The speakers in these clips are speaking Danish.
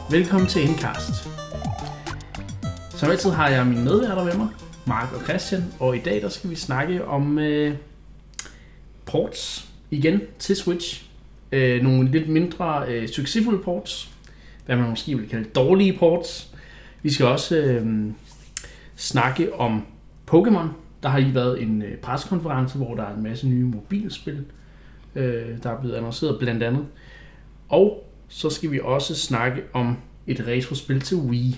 Velkommen til Endcast. Som altid har jeg mine medværter med mig, Mark og Christian, og i dag der skal vi snakke om ports igen til Switch. Nogle lidt mindre succesfulde ports, hvad man måske vil kalde dårlige ports. Vi skal også snakke om Pokémon. Der har lige været en pressekonference, hvor der er en masse nye mobilspil, der er blevet annonceret blandt andet. Og så skal vi også snakke om et retrospil til Wii.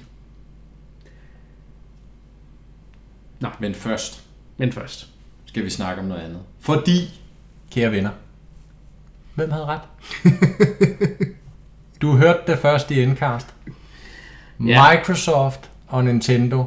Nå. Men først skal vi snakke om noget andet. Fordi, kære venner, hvem havde ret? Du hørte det først i Endcast. Ja. Microsoft og Nintendo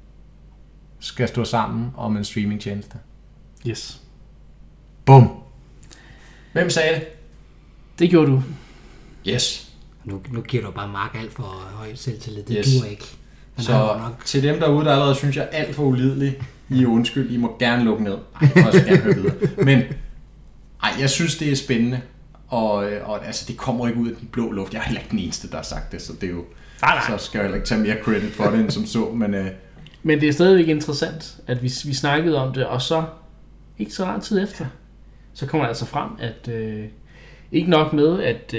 skal stå sammen om en streamingtjeneste. Yes. Bum. Hvem sagde det? Det gjorde du. Yes. Nu giver du bare Mark alt for højt selvtillid. Det yes. duer ikke. Så til dem derude, der allerede synes jeg alt for ulidelig, I er undskyld, I må gerne lukke ned. Nej, jeg må også gerne høre videre. Men jeg synes, det er spændende. Og altså, det kommer ikke ud af den blå luft. Jeg er heller ikke den eneste, der har sagt det, så det er jo... Nej. Så skal jeg heller ikke tage mere credit for det, end som så. Men det er stadigvæk interessant, at vi snakkede om det, og så ikke så lang tid efter, så kommer det altså frem, at ikke nok med, at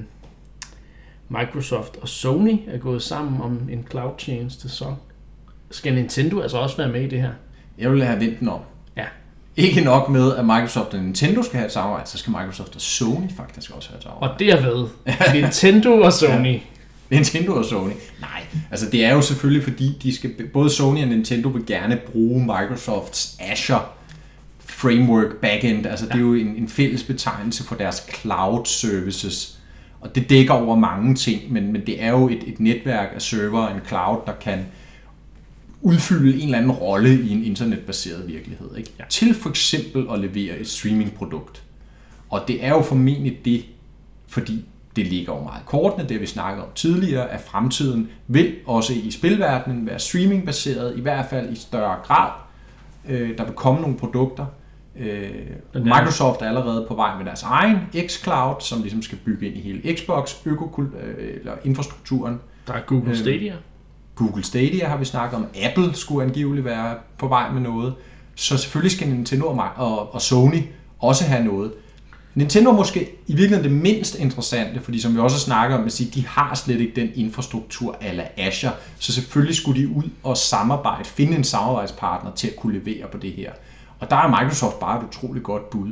Microsoft og Sony er gået sammen om en cloud-tjeneste, så skal Nintendo altså også være med i det her. Jeg vil have vendt den om. Ja. Ikke nok med, at Microsoft og Nintendo skal have et samarbejde, så skal Microsoft og Sony faktisk også have et samarbejde. Og derved Nintendo og Sony. Ja. Nintendo og Sony. Nej, altså det er jo selvfølgelig fordi, både Sony og Nintendo vil gerne bruge Microsofts Azure Framework Backend. Altså det er jo en fælles betegnelse for deres cloud services. Og det dækker over mange ting, men det er jo et netværk af server, en cloud, der kan udfylde en eller anden rolle i en internetbaseret virkelighed. Ikke? Ja. Til for eksempel at levere et streamingprodukt. Og det er jo formentlig det, fordi det ligger jo meget kortene, det vi snakkede om tidligere, at fremtiden vil også i spilverdenen være streamingbaseret, i hvert fald i større grad. Der vil komme nogle produkter. Microsoft er allerede på vej med deres egen xCloud, som ligesom skal bygge ind i hele Xbox eller infrastrukturen. Der er Google Stadia. Google Stadia har vi snakket om. Apple skulle angiveligt være på vej med noget. Så selvfølgelig skal Nintendo og Sony også have noget. Nintendo er måske i virkeligheden det mindst interessante, fordi som vi også snakker om, at sige, de har slet ikke den infrastruktur a la Azure, så selvfølgelig skulle de ud og samarbejde, finde en samarbejdspartner til at kunne levere på det her. Og der er Microsoft bare et utroligt godt bud.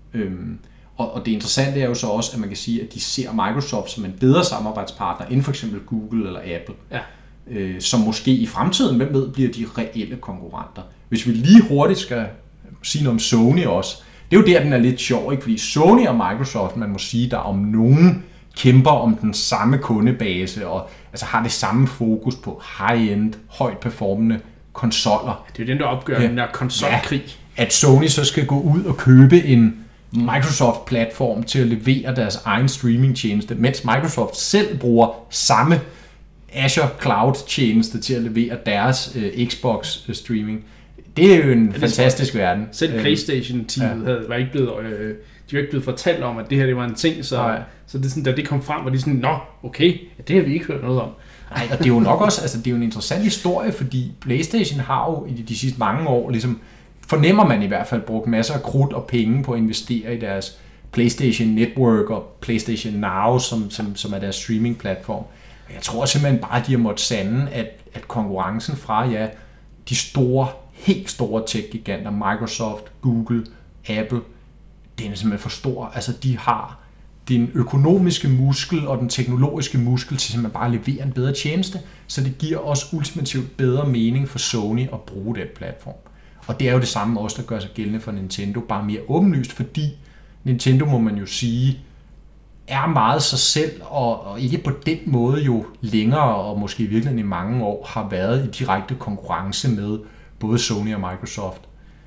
Og det interessante er jo så også, at man kan sige, at de ser Microsoft som en bedre samarbejdspartner end for eksempel Google eller Apple. Ja. Som måske i fremtiden, hvem ved, bliver de reelle konkurrenter. Hvis vi lige hurtigt skal sige noget om Sony også, det er jo der, den er lidt sjov, ikke? Fordi Sony og Microsoft, man må sige, der om nogen kæmper om den samme kundebase, og altså har det samme fokus på high-end, højt performende konsoller. Det er jo den, der opgør den der konsolkrig. Ja, at Sony så skal gå ud og købe en Microsoft-platform til at levere deres egen streamingtjeneste, mens Microsoft selv bruger samme Azure Cloud-tjeneste til at levere deres Xbox-streaming. Det er jo en fantastisk verden. Selv PlayStation-teamet var ikke blevet, de var ikke blevet fortalt om, at det her det var en ting, så det er sådan, da det kom frem, var de sådan, nå, okay, det har vi ikke hørt noget om. Nej, og det er jo nok også, altså det er jo en interessant historie, fordi PlayStation har jo i de sidste mange år, ligesom fornemmer man i hvert fald, brugt masser af krudt og penge på at investere i deres PlayStation Network og PlayStation Now, som er deres streaming-platform. Jeg tror simpelthen bare, at de har måttet sande, at konkurrencen fra de store, helt store tech-giganter, Microsoft, Google, Apple, den er simpelthen for stor. Altså de har den økonomiske muskel og den teknologiske muskel til simpelthen bare at levere en bedre tjeneste, så det giver os ultimativt bedre mening for Sony at bruge den platform. Og det er jo det samme også, der gør sig gældende for Nintendo, bare mere åbenlyst, fordi Nintendo, må man jo sige, er meget sig selv, og ikke på den måde jo længere, og måske i virkeligheden i mange år, har været i direkte konkurrence med både Sony og Microsoft.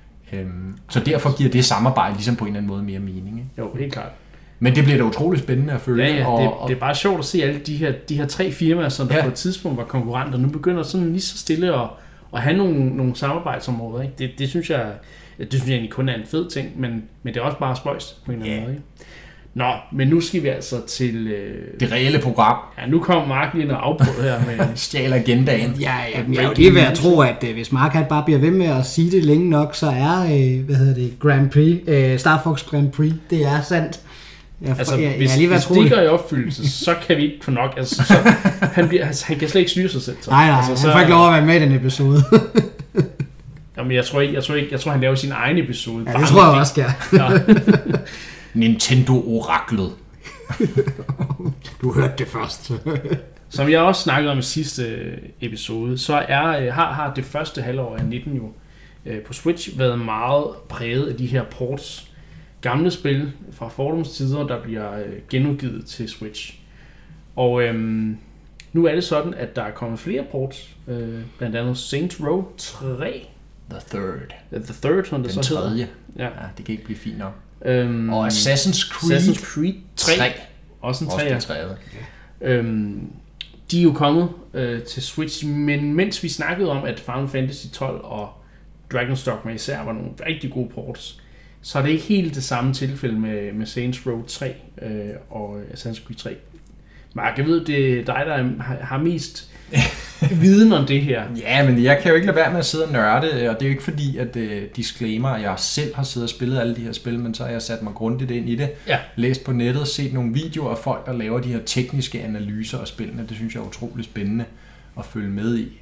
Så derfor giver det samarbejde ligesom på en eller anden måde mere mening. Ikke? Jo, helt klart. Men det bliver da utroligt spændende at følge. Ja, det er bare sjovt at se alle de her 3 firmaer, som på et tidspunkt var konkurrenter, nu begynder sådan lige så stille at have nogle samarbejdsområder. Ikke? Det synes jeg egentlig kun er en fed ting, men det er også bare spøjst på en eller anden måde. Ikke? Nå, men nu skal vi altså til... Det reelle program. Ja, nu kommer Mark lige noget afbrud her med... Stjæler agendaen. Ja, jeg er jo lige ved at tro, at hvis Mark han bare bliver ved med at sige det længe nok, så er, Grand Prix, Star Fox Grand Prix, det er sandt. Hvis det ikke er i opfyldelse, så kan vi ikke få nok. Altså, så, han kan slet ikke styre sig selv. Så. Nej, altså, han får ikke lov at være med i den episode. Jamen, jeg tror han laver sin egen episode. Ja, det tror jeg også, ja. Nintendo-oraklet. Du hørte det først. Som jeg også snakkede om i sidste episode, så har det første halvår af 19 jo på Switch været meget præget af de her ports. Gamle spil fra fordomstider, der bliver genudgivet til Switch. Og nu er det sådan, at der er kommet flere ports, blandt andet Saints Row 3. The Third, som det den så tredje. Ja, det kan ikke blive fint nok. Og Assassin's Creed 3. Også en 3'er. Også den tredje. De er jo kommet til Switch, men mens vi snakkede om, at Final Fantasy 12 og Dragon's Dogma især var nogle rigtig gode ports, så er det ikke helt det samme tilfælde med Saints Row 3 og Assassin's Creed 3. Mark, jeg ved, det er dig, der har mest viden om det her. Ja, men jeg kan jo ikke lade være med at sidde og nørde, og det er jo ikke fordi, at disclaimer, at jeg selv har siddet og spillet alle de her spil, men så har jeg sat mig grundigt ind i det, læst på nettet, set nogle videoer af folk, der laver de her tekniske analyser af spillene. Det synes jeg er utroligt spændende at følge med i.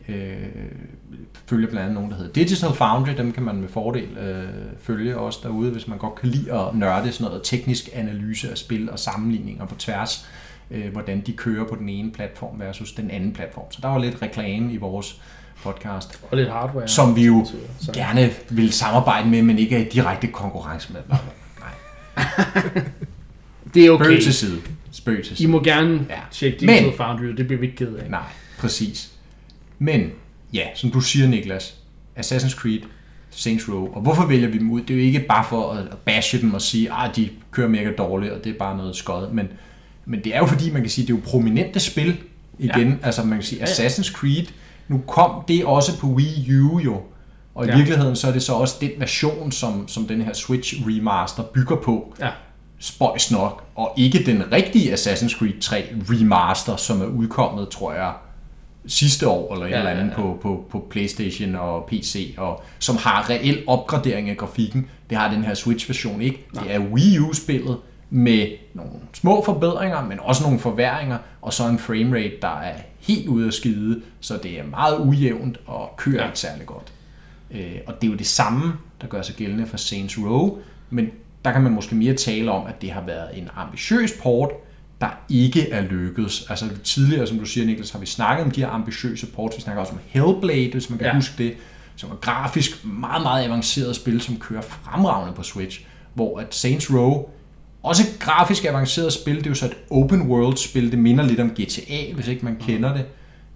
Følger blandt andet nogen, der hedder Digital Foundry, dem kan man med fordel følge også derude, hvis man godt kan lide at nørde sådan noget teknisk analyse af spil og sammenligninger på tværs, hvordan de kører på den ene platform versus den anden platform. Så der var lidt reklame i vores podcast. Og lidt hardware. Som vi jo gerne vil samarbejde med, men ikke er i direkte konkurrence med. Nej. Det er okay. Spøg til side. I må gerne tjekke Digital Foundry, det bliver vi ikke ked af. Nej, præcis. Men, ja, som du siger, Niklas, Assassin's Creed, Saints Row, og hvorfor vælger vi dem ud? Det er jo ikke bare for at bashe dem og sige, at de kører mega dårligt, og det er bare noget skod, men det er jo fordi, man kan sige, det er jo prominente spil igen. Ja. Altså man kan sige, Assassin's Creed, nu kom det også på Wii U jo, og i virkeligheden så er det så også den version, som den her Switch remaster bygger på. Ja. Spøjs nok, og ikke den rigtige Assassin's Creed 3 remaster, som er udkommet, tror jeg, sidste år, eller et eller andet på PlayStation og PC, og som har reel opgradering af grafikken. Det har den her Switch-version ikke. Nej. Det er Wii U-spillet med nogle små forbedringer, men også nogle forværringer, og så en framerate, der er helt ude af skide, så det er meget ujævnt og kører ikke særlig godt. Og det er jo det samme, der gør sig gældende for Saints Row, men der kan man måske mere tale om, at det har været en ambitiøs port, der ikke er lykkedes. Altså tidligere, som du siger, Niklas, har vi snakket om de her ambitiøse ports. Vi snakker også om Hellblade, hvis man kan huske det, som er grafisk meget, meget avanceret spil, som kører fremragende på Switch, hvor at Saints Row, også et grafisk avanceret spil, det er jo så et open world spil, det minder lidt om GTA, hvis ikke man kender det.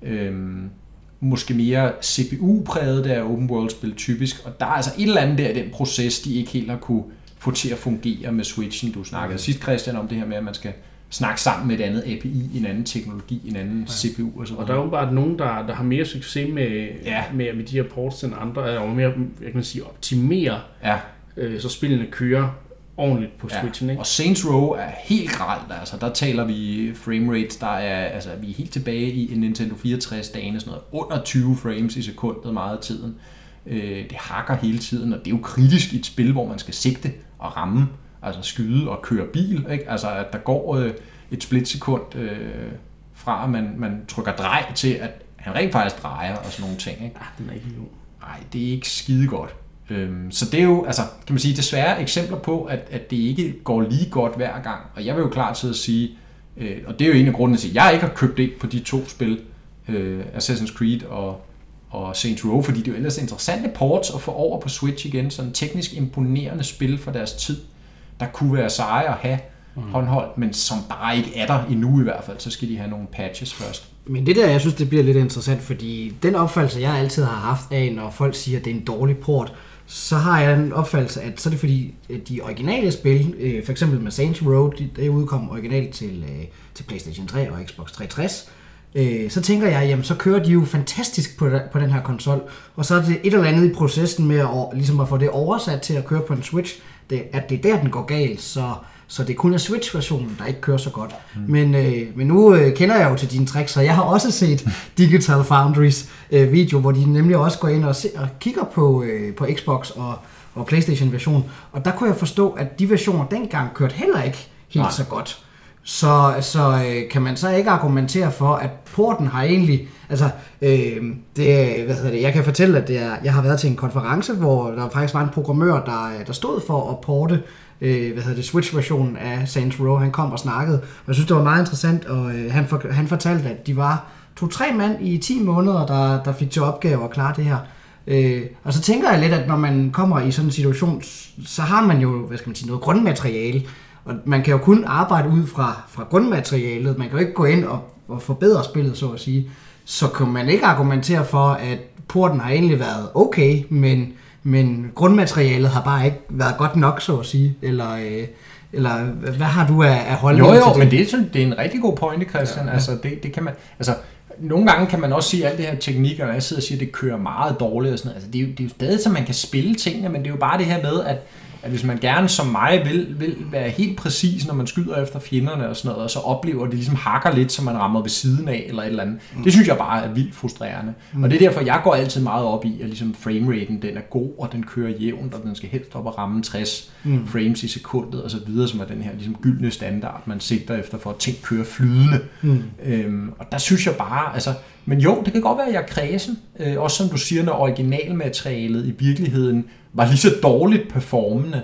Måske mere CPU-præget, det er open world spil typisk, og der er altså et eller andet der i den proces, de ikke helt har kunne få til at fungere med Switchen. Du snakkede sidst, Christian, om det her med, at man skal snakke sammen med et andet API, en anden teknologi, en anden CPU og så videre. Og der er jo bare nogen, der har mere succes med de her ports end andre, og mere, jeg kan sige, optimere, så spillene kører ordentligt på Switchen. Ikke? Og Saints Row er helt grelt, altså der taler vi framerates, der er, altså vi er helt tilbage i en Nintendo 64-dagene, sådan noget under 20 frames i sekundet meget af tiden. Det hakker hele tiden, og det er jo kritisk i et spil, hvor man skal sigte og ramme, altså skyde og køre bil, ikke? Altså at der går et splitsekund fra at man trykker drej til at han rent faktisk drejer og sådan nogle ting, ikke? Den er ikke god. Nej, det er ikke skide godt. Så det er jo, altså kan man sige, desværre eksempler på, at det ikke går lige godt hver gang, og jeg vil jo klart til at sige, og det er jo en af grundene til, at jeg ikke har købt ind på de to spil, Assassin's Creed og Saints Row, fordi det er jo ellers interessante ports at få over på Switch igen, sådan teknisk imponerende spil for deres tid, der kunne være seje at have håndholdt, men som bare ikke er der endnu i hvert fald, så skal de have nogle patches først. Men det der, jeg synes, det bliver lidt interessant, fordi den opfattelse, jeg altid har haft af, når folk siger, at det er en dårlig port, så har jeg en opfattelse, at så er det fordi, de originale spil, for eksempel med Saints Row, det udkom originalt til PlayStation 3 og Xbox 360, så tænker jeg, jamen så kører de jo fantastisk på den her konsol, og så er det et eller andet i processen med ligesom at få det oversat til at køre på en Switch, at det er der, den går galt, så det kun er Switch-versionen, der ikke kører så godt. Men nu kender jeg jo til dine tricks, så jeg har også set Digital Foundries video, hvor de nemlig også går ind og kigger på Xbox og PlayStation-version, og der kunne jeg forstå, at de versioner dengang kørte heller ikke helt så godt. Så kan man så ikke argumentere for, at porten har egentlig, altså, jeg kan fortælle, at jeg har været til en konference, hvor der faktisk var en programmør, der stod for at porte, Switch-versionen af Saints Row. Han kom og snakkede, og jeg synes, det var meget interessant, og han fortalte, at de var 2-3 mand i 10 måneder, der fik til opgave at klare det her. Og så tænker jeg lidt, at når man kommer i sådan en situation, så har man jo, noget grundmateriale, og man kan jo kun arbejde ud fra grundmaterialet. Man kan jo ikke gå ind og forbedre spillet, så at sige. Så kan man ikke argumentere for, at porten har egentlig været okay, men grundmaterialet har bare ikke været godt nok, så at sige. Eller hvad har du af holdning til det? Jo, men det er en rigtig god pointe, Christian. Ja. Altså, det kan man... Altså, nogle gange kan man også sige alt det her teknik, og når jeg sidder og siger, at det kører meget dårligt og sådan noget. Altså, det er jo stadig, så man kan spille tingene, men det er jo bare det her med, at hvis man gerne som mig vil være helt præcis, når man skyder efter fjenderne og sådan noget, og så oplever, at det ligesom hakker lidt, så man rammer ved siden af, eller et eller andet. Det synes jeg bare er vildt frustrerende. Og det er derfor, jeg går altid meget op i, at ligesom frameraten, den er god, og den kører jævnt, og den skal helst op og ramme 60 frames i sekundet, og så videre, som er den her ligesom gyldne standard, man sigter efter for, at ting kører flydende. Og der synes jeg bare, altså, men jo, det kan godt være, at jeg er kredsen. Også som du siger, når originalmaterialet i virkeligheden var lige så dårligt performende.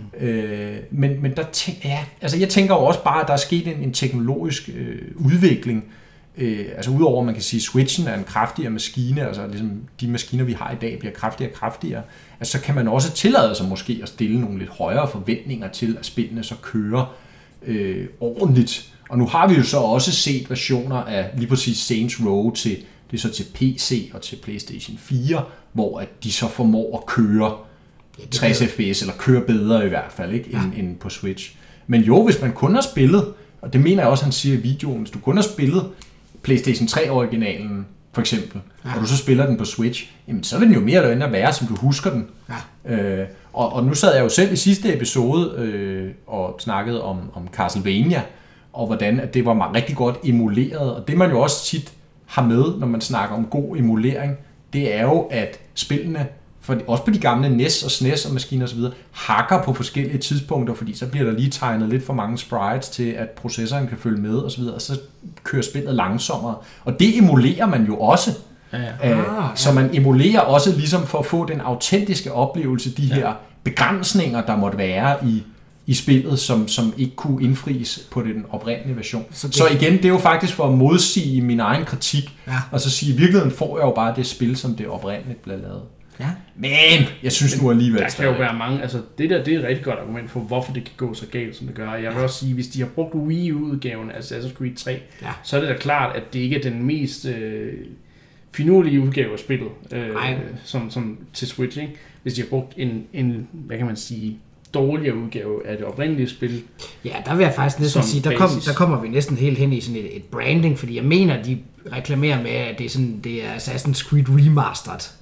Men der jeg tænker jo også bare, at der er sket en teknologisk udvikling. Altså udover, man kan sige, at Switchen er en kraftigere maskine, altså ligesom de maskiner, vi har i dag, bliver kraftigere og kraftigere. Altså så kan man også tillade sig måske at stille nogle lidt højere forventninger til, at spillene så kører ordentligt. Og nu har vi jo så også set versioner af lige præcis Saints Row det er så til PC og til PlayStation 4, hvor at de så formår at køre 60 fps, eller køre bedre i hvert fald, ikke, end på Switch. Men jo, hvis man kun har spillet, og det mener jeg også, han siger i videoen, hvis du kun har spillet PlayStation 3-originalen, for eksempel, og du så spiller den på Switch, jamen så vil den jo mere eller mindre være, som du husker den. Ja. Og nu sad jeg jo selv i sidste episode og snakkede om Castlevania, og hvordan at det var rigtig godt emuleret, og det man jo også tit har med, når man snakker om god emulering, det er jo, at spillene, også på de gamle NES og SNES og maskiner osv., hakker på forskellige tidspunkter, fordi så bliver der lige tegnet lidt for mange sprites til, at processoren kan følge med osv., og så kører spillet langsommere. Og det emulerer man jo også. Så man emulerer også ligesom for at få den autentiske oplevelse, de her begrænsninger, der måtte være i spillet, som ikke kunne indfries på den oprindelige version. Så igen, det er jo faktisk for at modsige min egen kritik, og så sige, i virkeligheden får jeg jo bare det spil, som det oprindeligt blev lavet. Ja. Men jeg synes nu alligevel... Der kan jo være mange... Altså, det er et rigtig godt argument for, hvorfor det kan gå så galt, som det gør. Jeg vil også sige, hvis de har brugt Wii U-udgaven af Assassin's Creed 3, så er det da klart, at det ikke er den mest finurlige udgave af spillet, som til Switch, ikke? Hvis de har brugt en hvad kan man sige, dårligere udgave af det oprindelige spil. Ja, der vil jeg faktisk næsten sige, der kommer vi næsten helt hen i sådan et branding, fordi jeg mener, de reklamerer med, at det er Assassin's Creed Remastered.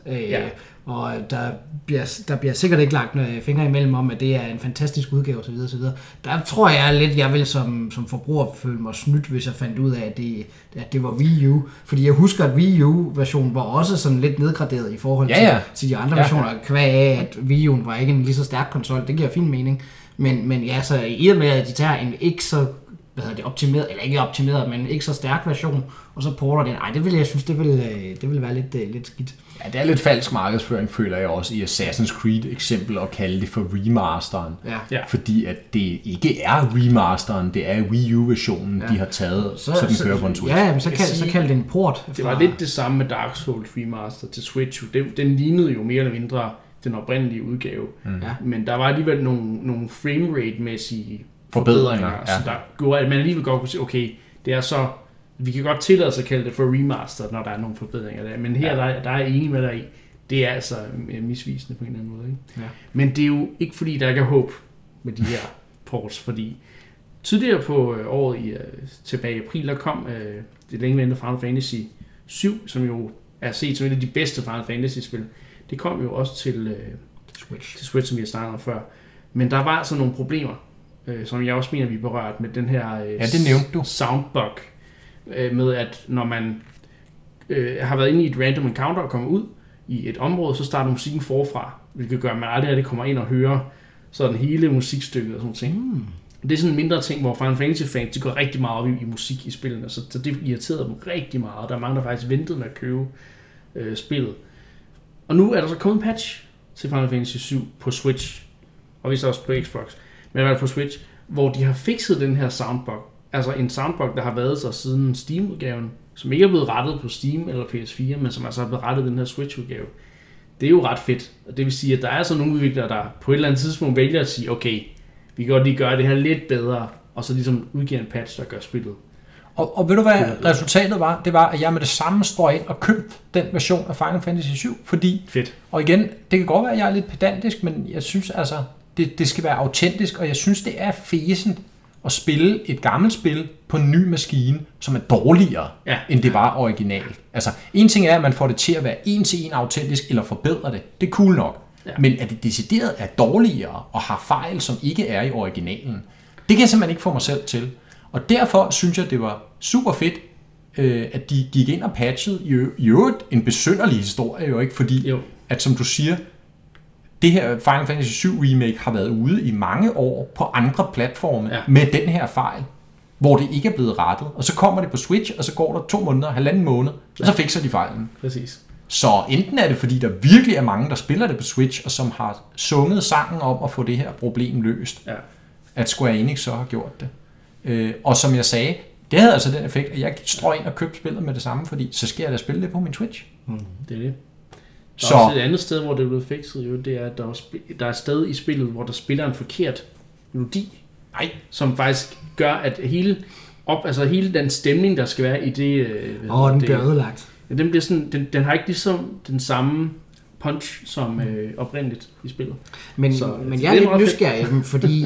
Og der bliver sikkert ikke lagt fingre imellem om, at det er en fantastisk udgave osv. osv. Der tror jeg lidt, jeg vil som forbruger føle mig snydt, hvis jeg fandt ud af, at det var Wii U. Fordi jeg husker, at Wii U-versionen var også sådan lidt nedgraderet i forhold til de andre versioner, kvad af, at Wii U'en var ikke en lige så stærk konsol. Det giver fin mening. Men ja, så i og med, at de tager en ikke så optimeret, eller ikke optimeret, men ikke så stærk version, og så porter den. Det vil jeg synes, det vil være lidt skidt. Ja, det er lidt falsk markedsføring, føler jeg også i Assassin's Creed eksempel at kalde det for remasteren. Ja. Fordi at det ikke er remasteren, det er Wii U-versionen, de har taget, så den kører på en Switch. Ja, men så kald det en port. Det var lidt det samme med Dark Souls Remaster til Switch. Den lignede jo mere eller mindre den oprindelige udgave. Men der var alligevel nogle framerate-mæssige forbedringer, så der gjorde, at man alligevel godt kunne sige, okay, det er så, vi kan godt tillade sig at kalde det for remaster, når der er nogle forbedringer der, men her der er enig med dig i, det er altså misvisende på en eller anden måde. Ikke? Ja. Men det er jo ikke fordi, der ikke er håb med de her ports, fordi Tidligere på året, tilbage i april, der kom det længe ventede Final Fantasy 7, som jo er set som et af de bedste Final Fantasy-spil. Det kom jo også til Switch, som vi har snakket om før. Men der var altså nogle problemer, som jeg også mener, vi berørt med den her det nævnte du. Soundbug, med at når man har været inde i et random encounter og kommer ud i et område, så starter musikken forfra, hvilket gør, at man aldrig kommer ind og hører sådan hele musikstykket og sådan ting. Det er sådan en mindre ting, hvor Final Fantasy-fans de går rigtig meget op i musik i spillene, så det irriterede dem rigtig meget. Der er mange, der faktisk ventede med at købe spillet. Og nu er der så kommet en patch til Final Fantasy 7 på Switch, og vist også på Xbox, men i hvert fald på Switch, hvor de har fikset den her soundbug. Altså en soundbug, der har været så siden Steam-udgaven, som ikke er blevet rettet på Steam eller PS4, men som altså er blevet rettet den her Switch-udgave. Det er jo ret fedt, og det vil sige, at der er så nogle udviklere, der på et eller andet tidspunkt vælger at sige, okay, vi kan godt lige gøre det her lidt bedre, og så ligesom udgive en patch, der gør spillet. Og ved du hvad resultatet var? Det var, at jeg med det samme står ind og købte den version af Final Fantasy 7, fordi... Fedt. Og igen, det kan godt være, at jeg er lidt pedantisk, men jeg synes altså, det skal være autentisk, og jeg synes, det er fæsent at spille et gammelt spil på en ny maskine, som er dårligere, end det var originalt. Altså, en ting er, at man får det til at være en til en autentisk, eller forbedre det. Det er cool nok. Ja. Men at det decideret er dårligere, og har fejl, som ikke er i originalen, det kan jeg simpelthen ikke få mig selv til. Og derfor synes jeg, det var super fedt, at de gik ind og patchede i øvrigt en besynderlig historie, jo ikke? Fordi, at som du siger, det her Final Fantasy 7 Remake har været ude i mange år på andre platforme med den her fejl, hvor det ikke er blevet rettet. Og så kommer det på Switch, og så går der 2 måneder, 1,5 måned, og så fikser de fejlen. Præcis. Så enten er det, fordi der virkelig er mange, der spiller det på Switch, og som har sunget sangen om at få det her problem løst, at Square Enix så har gjort det. Og som jeg sagde, det havde altså den effekt, at jeg strøg ind og købte spillet med det samme, fordi så skal jeg da spille det på min Twitch. Det er det. Der er også et andet sted, hvor det er blevet fikset, jo, det er, at der er et sted i spillet, hvor der spiller en forkert melodi, som faktisk gør, at hele den stemning, der skal være i det... den bliver ødelagt. Den bliver sådan, den har ikke ligesom den samme punch som oprindeligt i spillet. Men jeg er lidt nysgerrig, fordi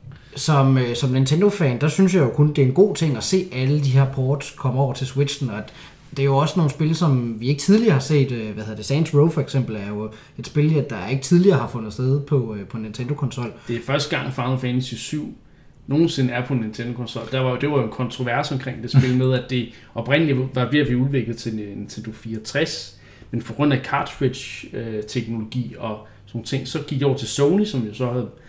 som Nintendo-fan, der synes jeg jo kun, det er en god ting at se alle de her ports komme over til Switchen, og det er jo også nogle spil, som vi ikke tidligere har set. Saints Row for eksempel er jo et spil, der ikke tidligere har fundet sted på Nintendo-konsol. Det er første gang Final Fantasy 7 nogensinde er på Nintendo-konsol. Det var jo en kontrovers omkring det spil med, at det oprindeligt var ved at blive udviklet til Nintendo 64, men på grund af cartridge-teknologi og sådan ting, så gik det over til Sony, som jo så havde...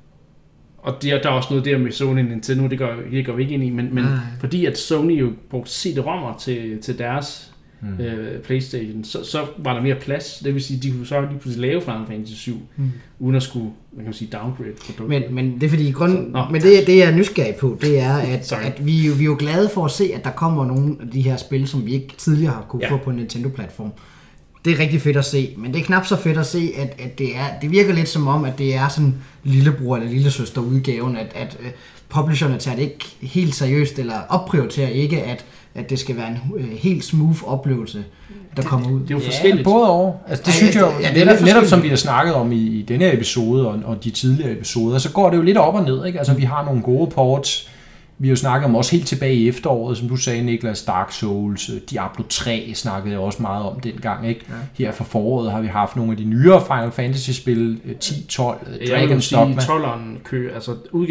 Og der er også noget der med Sony og Nintendo, det går vi ikke ind i, men fordi at Sony jo brugte CD-rommer til deres PlayStation, så var der mere plads. Det vil sige, at de kunne så lige pludselig lave Final Fantasy 7, uden at skulle, man kan sige, downgrade produktet. Men det er fordi, men det jeg er nysgerrig på, det er, at vi er jo glade for at se, at der kommer nogle af de her spil, som vi ikke tidligere har kunne få på en Nintendo-platform. Det er rigtig fedt at se, men det er knap så fedt at se, at det virker lidt som om, at det er sådan lillebror eller lillesøster udgaven, at publisherne tager det ikke helt seriøst, eller opprioriterer ikke, at det skal være en helt smooth oplevelse, der kommer ud. Det er jo forskelligt. Både over. Altså, det synes jeg jo, netop som vi har snakket om i denne her episode og de tidligere episoder, så går det jo lidt op og ned, ikke? Altså, vi har nogle gode ports. Vi har jo snakket om også helt tilbage i efteråret, som du sagde, Niklas, Dark Souls, Diablo 3 snakkede jeg også meget om dengang, ikke? Ja. Her for foråret har vi haft nogle af de nyere Final Fantasy-spil, 10, 12, Dragon's Dogma. 12'eren altså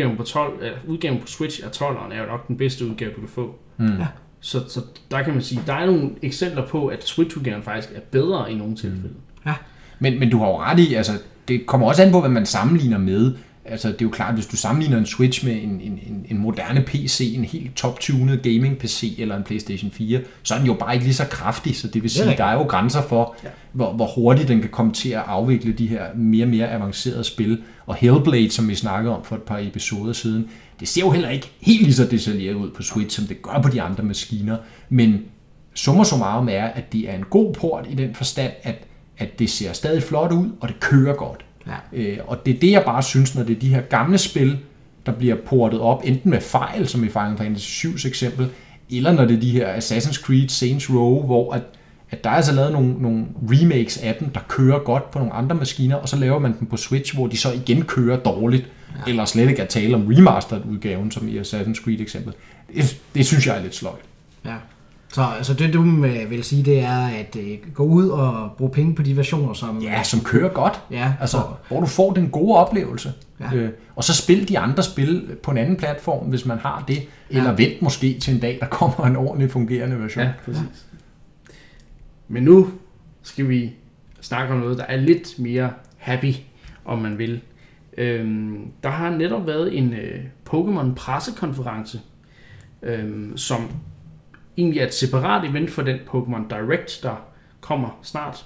udgaven på Switch af 12'eren er jo nok den bedste udgave, du kan få. Ja. Så der kan man sige, der er nogle eksempler på, at Switch-udgaven faktisk er bedre i nogle tilfælde. Ja. Men du har jo ret i, altså det kommer også an på, hvad man sammenligner med. Altså, det er jo klart, hvis du sammenligner en Switch med en moderne PC, en helt top-tunet gaming-PC eller en PlayStation 4, så er den jo bare ikke lige så kraftig, så det vil sige, at der er jo grænser for, hvor hurtigt den kan komme til at afvikle de her mere og mere avancerede spil. Og Hellblade, som vi snakkede om for et par episoder siden, det ser jo heller ikke helt lige så detaljeret ud på Switch, som det gør på de andre maskiner, men summa summarum er, at det er en god port i den forstand, at det ser stadig flot ud, og det kører godt. Ja. Og det er det, jeg bare synes, når det er de her gamle spil, der bliver portet op, enten med fejl, som i Final Fantasy 7's eksempel, eller når det er de her Assassin's Creed, Saints Row, hvor at der er altså lavet nogle remakes af dem, der kører godt på nogle andre maskiner, og så laver man dem på Switch, hvor de så igen kører dårligt, eller slet ikke at tale om remastered-udgaven, som i Assassin's Creed-eksempel. Det synes jeg er lidt sløjt. Ja. Så det du vil sige, det er at gå ud og bruge penge på de versioner, som kører godt. Ja, altså, hvor du får den gode oplevelse. Ja. Og så spil de andre spil på en anden platform, hvis man har det. Eller vent måske til en dag, der kommer en ordentlig fungerende version. Ja, præcis. Men nu skal vi snakke om noget, der er lidt mere happy, om man vil. Der har netop været en Pokémon pressekonference, som egentlig er et separat event for den Pokémon Direct, der kommer snart.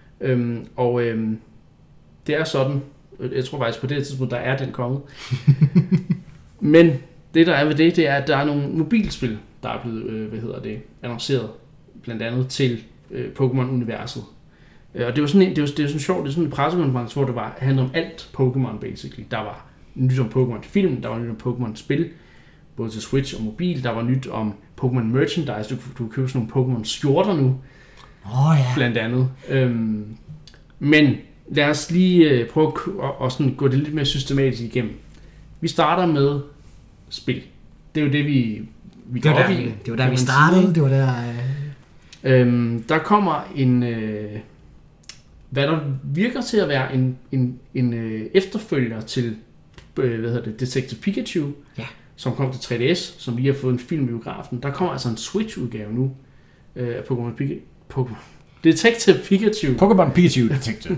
Det er sådan, jeg tror faktisk på det tidspunkt, der er den kommet. Men det der er ved det er, at der er nogle mobilspil, der er blevet annonceret, blandt andet til Pokémon-universet. Og det var sådan det var sådan sjovt, det er sådan en pressekonference, hvor det handlede om alt Pokémon basically. Der var nyt om Pokémon-film, der var nyt om Pokémon-spil, både til Switch og mobil. Der var nyt om Pokémon merchandise. Du kan købe sådan nogle Pokémon-skjorter nu, blandt andet. Men lad os lige prøve at sådan gå det lidt mere systematisk igennem. Vi starter med spil. Det er jo det, vi går op i. Det var der, vi startede. Det var der... Der kommer en... hvad der virker til at være en efterfølger til Detective Pikachu, som kom til 3DS, som lige har fået en film i biografen. Der kommer altså en Switch-udgave nu af Pokémon Detective Pikachu. Pokémon Pikachu Detective.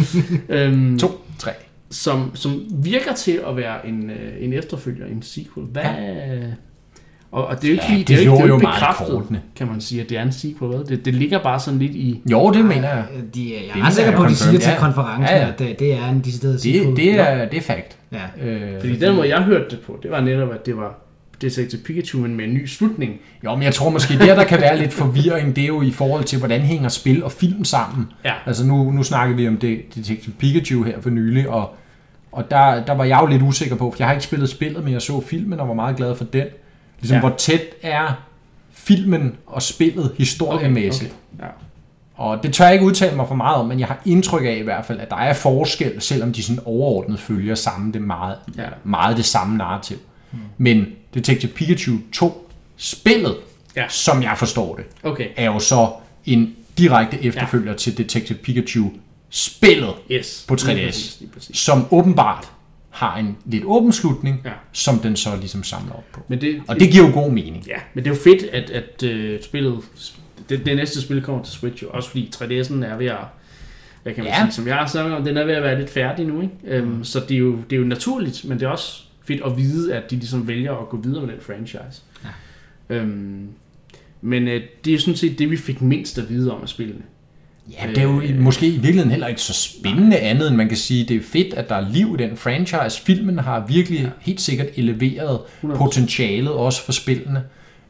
2, 3. Som virker til at være en efterfølger, en sequel. Hvad... Ja. Og det er jo ikke, det er jo ikke bekræftet, kan man sige, at det er en sequel. Det ligger bare sådan lidt i... Jo, det mener jeg. Jeg er ret sikker på, at de siger til konferencen, at det er en decideret sequel. Det er fact. Ja. Fordi den måde, jeg hørte det på, det var netop, at det var Detective Pikachu, men med en ny slutning. Jo, men jeg tror måske, der kan være lidt forvirring, det er jo i forhold til, hvordan hænger spil og film sammen. Ja. Altså nu snakker vi om Detective Pikachu her for nylig, og der var jeg jo lidt usikker på, for jeg har ikke spillet spillet, men jeg så filmen og var meget glad for den. Ligesom, hvor tæt er filmen og spillet historiemæssigt. Okay. Ja. Og det tør jeg ikke udtale mig for meget om, men jeg har indtryk af i hvert fald, at der er forskel, selvom de sådan overordnet følger meget det samme narrativ. Men Detective Pikachu 2, spillet, som jeg forstår det, er jo så en direkte efterfølger til Detective Pikachu spillet på 3DS, som åbenbart har en lidt åben slutning, som den så ligesom samler op på. Og det giver jo god mening. Ja, men det er jo fedt, at spillet, det næste spil kommer til Switch, også fordi 3DS'en er ved at, hvad kan man sige, som jeg har snakket om, den er ved at være lidt færdig nu, ikke? Så det er jo naturligt, men det er også fedt at vide, at de ligesom vælger at gå videre med den franchise. Ja. Men det er jo sådan set det, vi fik mindst at vide om af spillene. Ja, det er jo måske i virkeligheden heller ikke så spændende andet, end man kan sige, det er fedt, at der er liv i den franchise. Filmen har virkelig helt sikkert eleveret 100%. Potentialet også for spillene.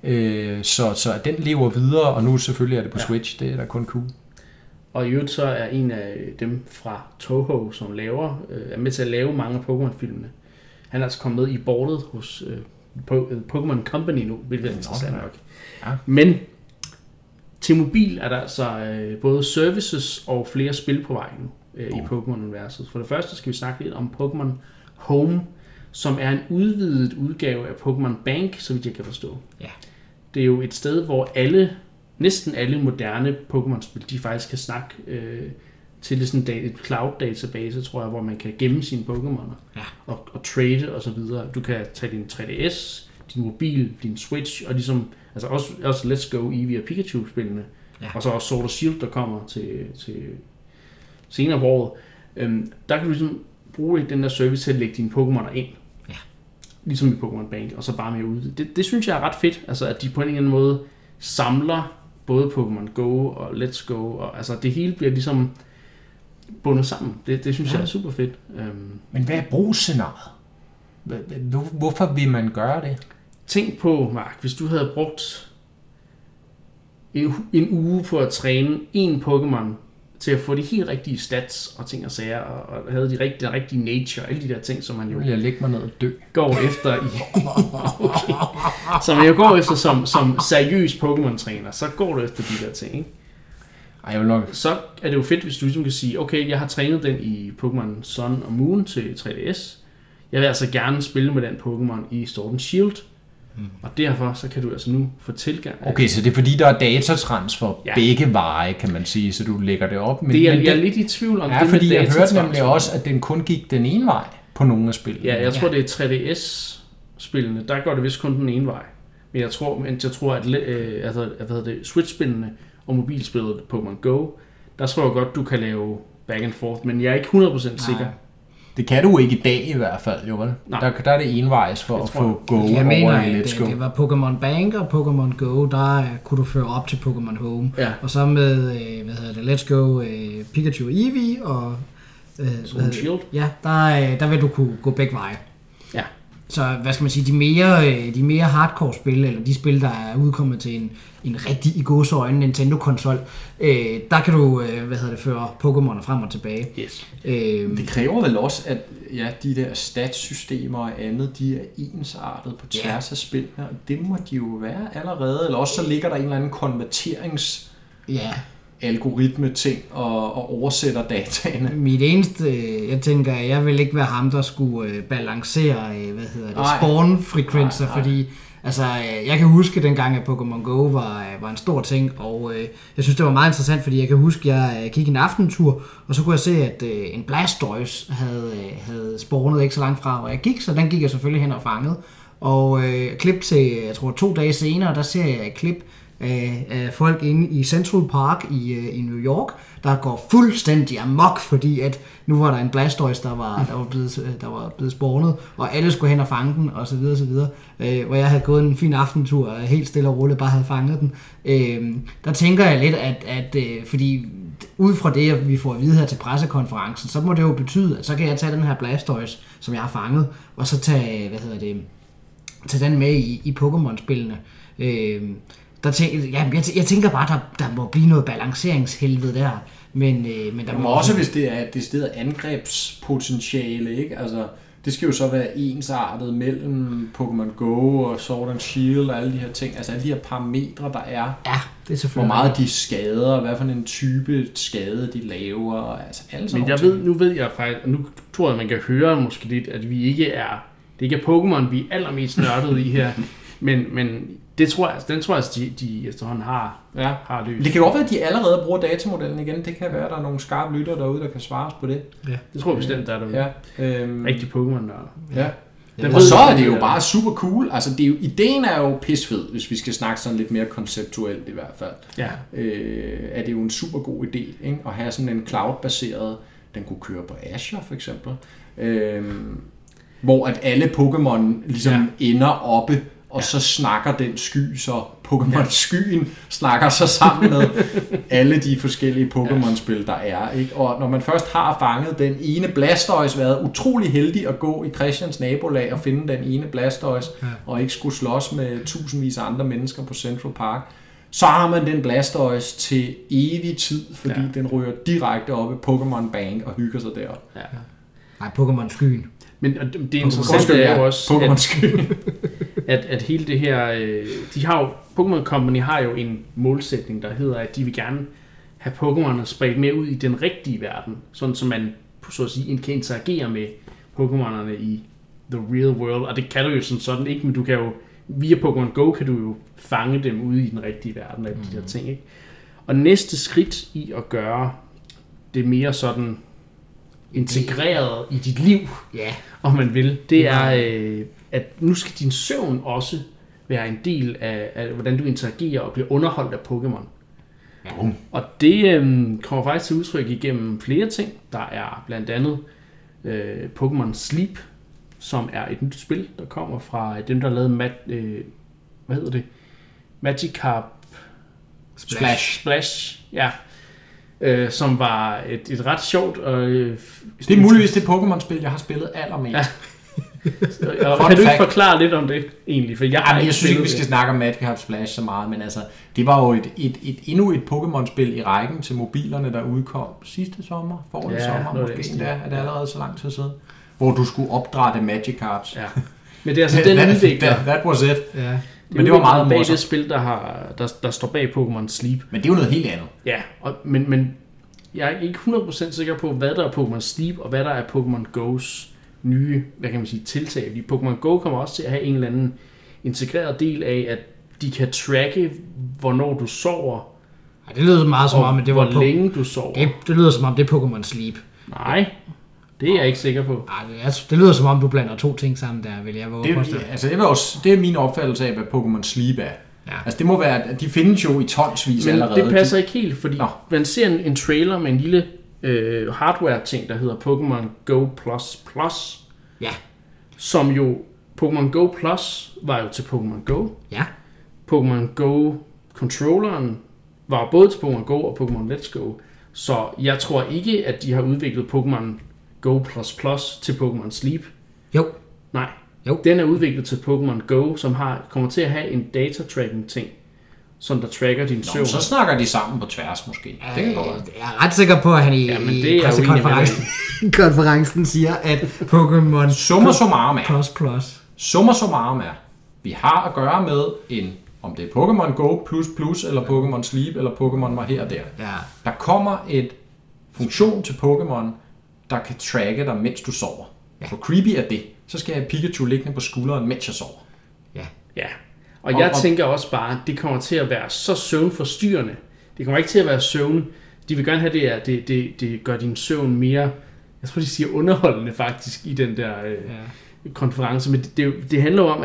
Så at den lever videre, og nu selvfølgelig er det på Switch, det er da kun cool. Og i øvrigt så er en af dem fra Toho, som er med til at lave mange af Pokémon-filmene. Han er altså kommet med i boardet hos Pokémon Company nu, hvilket er interessant nok. Ja. Men til mobil er der altså både services og flere spil på vej nu i Pokémon-universet. For det første skal vi snakke lidt om Pokémon Home, som er en udvidet udgave af Pokémon Bank, så vidt jeg kan forstå. Ja. Det er jo et sted, hvor næsten alle moderne Pokémon-spil, de faktisk kan snakke til sådan et cloud-database, tror jeg, hvor man kan gemme sine Pokémoner og trade og så videre. Du kan tage din 3DS, din mobil, din Switch, og ligesom altså også Let's Go, Eevee og Pikachu-spillene, og så også Sword og Shield, der kommer til senere på året. Der kan du ligesom bruge den der service til at lægge dine Pokémoner ind, ligesom i Pokémon Bank, og så bare mere ud. Det synes jeg er ret fedt, altså at de på en eller anden måde samler både Pokémon Go og Let's Go, og altså det hele bliver ligesom bundet sammen. Det synes jeg er super fedt. Men hvad er brugsscenariet? Hvorfor vil man gøre det? Tænk på, Mark, hvis du havde brugt en uge på at træne en Pokémon til at få de helt rigtige stats og ting og sager, og havde den rigtige nature, alle de der ting, som man jo... Jeg lægger mig ned og dø. Går efter okay. Som man jo går efter som seriøs Pokémon-træner, så går du efter de der ting, ikke? Ej, jeg vil nok... Så er det jo fedt, hvis du ligesom kan sige, okay, jeg har trænet den i Pokémon Sun og Moon til 3DS. Jeg vil altså gerne spille med den Pokémon i Sword and Shield. Og derfor så kan du altså nu få tilgang. Okay, så det er fordi, der er datatransfer begge veje, kan man sige, så du lægger det op. Men, jeg er lidt i tvivl om det fordi jeg hørte nemlig også, at den kun gik den ene vej på nogle af spillene. Ja, jeg tror, det er 3DS-spillene. Der går det vist kun den ene vej. Men jeg tror at Switch-spillene og mobilspillet Pokémon Go, der tror jeg godt, du kan lave back and forth, men jeg er ikke 100% sikker. Det kan du ikke i dag i hvert fald, jo vel? Der er det envejs for at få Go over i Let's Go. Det var Pokémon Bank og Pokémon Go, der kunne du føre op til Pokémon Home. Ja. Og så med, Let's Go, Pikachu og Eevee og... Shield. Ja, der vil du kunne gå begge veje. Ja. Så hvad skal man sige, de mere hardcore spil, eller de spil, der er udkommet til en rigtig i gåseøjne Nintendo-konsol, der kan du føre Pokémon frem og tilbage. Yes. Det kræver vel også, at de der statssystemer og andet, de er ensartet på tværs af spillene, og det må de jo være allerede, eller også så ligger der en eller anden konverterings... algoritme ting og oversætter dataene. Mit eneste, jeg tænker, jeg vil ikke være ham, der skulle balancere, spawn-frekvenser, fordi altså, jeg kan huske dengang, at Pokémon Go var en stor ting, og jeg synes, det var meget interessant, fordi jeg kan huske, at jeg gik en aftentur, og så kunne jeg se, at en Blastoise havde spawnet ikke så langt fra, hvor jeg gik, så den gik jeg selvfølgelig hen og fanget. Og klip til, jeg tror 2 dage senere, der ser jeg et klip af folk inde i Central Park i New York, der går fuldstændig amok, fordi at nu var der en Blastoise, der var blevet spawnet, og alle skulle hen og fange den, og så videre, så videre. Hvor jeg havde gået en fin aftentur, og helt stille og roligt bare havde fanget den. Der tænker jeg lidt, at fordi ud fra det, vi får at vide her til pressekonferencen, så må det jo betyde, at så kan jeg tage den her Blastoise, som jeg har fanget, og så tage den med i Pokémon-spillene. Jeg tænker bare, der må blive noget balanceringshelvede der. Men der må også, hvis det er et decideret angrebspotentiale, ikke? Altså, det skal jo så være ensartet mellem Pokémon Go og Sword and Shield og alle de her ting. Altså alle de her parametre, der er. Ja, det er selvfølgelig. Hvor meget de skader, hvad for en type skade de laver. Altså alle sådan. Men nu ved jeg faktisk, nu tror jeg, man kan høre måske lidt, at det ikke er Pokémon, vi er allermest nørdede i her. Men den tror jeg, de efterhånden har løst. Det kan godt være, at de allerede bruger datamodellen igen. Det kan være, at der er nogle skarpe lytter derude, der kan svare os på det. Ja, det tror jeg bestemt, der er derude. Rigtig Pokémon. Og så er det jo bare super cool. Altså, ideen er jo pisfed, hvis vi skal snakke sådan lidt mere konceptuelt i hvert fald. Ja. Er det jo en super god idé, ikke? At have sådan en cloud-baseret, den kunne køre på Azure for eksempel. Hvor at alle Pokémon ligesom ender oppe, og så snakker den sky, så Pokémon-skyen snakker så sammen med alle de forskellige Pokémon-spil, der er. Ikke? Og når man først har fanget den ene Blastoise, været utrolig heldig at gå i Christians nabolag og finde den ene Blastoise, og ikke skulle slås med tusindvis af andre mennesker på Central Park, så har man den Blastoise til evig tid, fordi den ryger direkte op i Pokémon Bank og hygger sig derop. Ja. Nej, Pokémon-skyen. Men det interessante er jo også, at hele det her, Pokémon Company har jo en målsætning, der hedder, at de vil gerne have Pokémon'er spredt mere ud i den rigtige verden, sådan så man så at sige kan interagere med Pokémon'erne i the real world, og det kan du jo sådan ikke, men du kan jo via Pokémon Go kan du jo fange dem ude i den rigtige verden af de der ting, ikke? Og næste skridt i at gøre det mere sådan integreret i dit liv, om man vil, det er, at nu skal din søvn også være en del af hvordan du interagerer og bliver underholdt af Pokémon. Ja. Og det kommer faktisk til udtryk igennem flere ting. Der er blandt andet Pokémon Sleep, som er et nyt spil, der kommer fra dem, der lavede Magikarp Splash. Ja. Som var et ret sjovt det er muligvis det Pokémon-spil, jeg har spillet allermest. Ja. Kan du ikke forklare lidt om det egentlig? For jeg synes ikke, vi skal snakke om Magikarp Splash så meget, men altså, det var jo endnu et Pokémon-spil i rækken til mobilerne, der udkom sidste sommer, forrige sommer, måske endda, er det allerede så lang tid siden, hvor du skulle opdrætte Magikarps. Ja. Men det er altså den udvikler. That was it. Men det var meget bag morsomt. det spil, der står bag Pokémon Sleep. Men det er jo noget helt andet. Ja, men jeg er ikke 100% sikker på, hvad der er Pokémon Sleep, og hvad der er Pokémon Go's nye, hvad kan man sige, tiltag. Fordi Pokémon Go kommer også til at have en eller anden integreret del af, at de kan tracke, hvornår du sover, Ej, det lyder meget som om, at det var hvor længe du sover. Det lyder som om, det er Pokémon Sleep. Nej, det er jeg ikke sikker på. Ej, det lyder som om, du blander to ting sammen der, vil jeg våge påstå. Det er min opfattelse af, hvad Pokémon Sleep er. Ja. Altså det må være, at de findes jo i tonsvis Men allerede. det passer ikke helt, fordi man ser en trailer med en lille hardware-ting, der hedder Pokémon Go Plus. Ja. Som jo, Pokémon Go Plus var jo til Pokémon Go. Ja. Pokémon Go controlleren var både til Pokémon Go og Pokémon Let's Go. Så jeg tror ikke, at de har udviklet Pokémon Go Plus til Pokémon Sleep. Jo. Nej. Jo. Den er udviklet til Pokémon Go, som kommer til at have en data-tracking ting, som der tracker din søvn. Så snakker de sammen på tværs måske. Det kan godt. Jeg er ret sikker på, at han i pressekonferencen siger, at Pokémon Summa summarum er, vi har at gøre med om det er Pokémon Go plus eller Pokémon Sleep eller Pokémon var her og der. Ja. Der kommer et funktion til Pokémon, der kan tracke dig, mens du sover. Ja. Hvor creepy er det? Så skal jeg have Pikachu liggende på skulderen, mens jeg sover. Ja. Og jeg tænker også bare, at det kommer til at være så søvnforstyrrende. Det kommer ikke til at være søvn. De vil gerne have det, at det gør din søvn mere, jeg tror de siger underholdende faktisk, i den der konference. Men det handler jo om,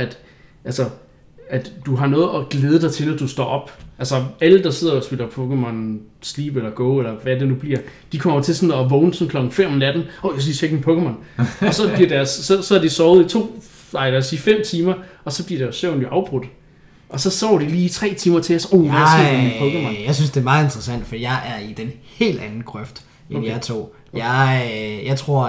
at du har noget at glæde dig til, når du står op. Altså alle, der sidder og spiller Pokémon Sleep eller Go, eller hvad det nu bliver, de kommer til sådan at vågne sådan klokken 5 om natten. Jeg skal lige tjekke en Pokémon. Og så bliver så er de sovet i 5 timer, og så bliver deres søvn jo afbrudt. Og så sover de lige 3 timer til, og så, hvad sker der med Pokémon? Jeg synes, det er meget interessant, for jeg er i den helt anden grøft, end jeg to. Jeg tror...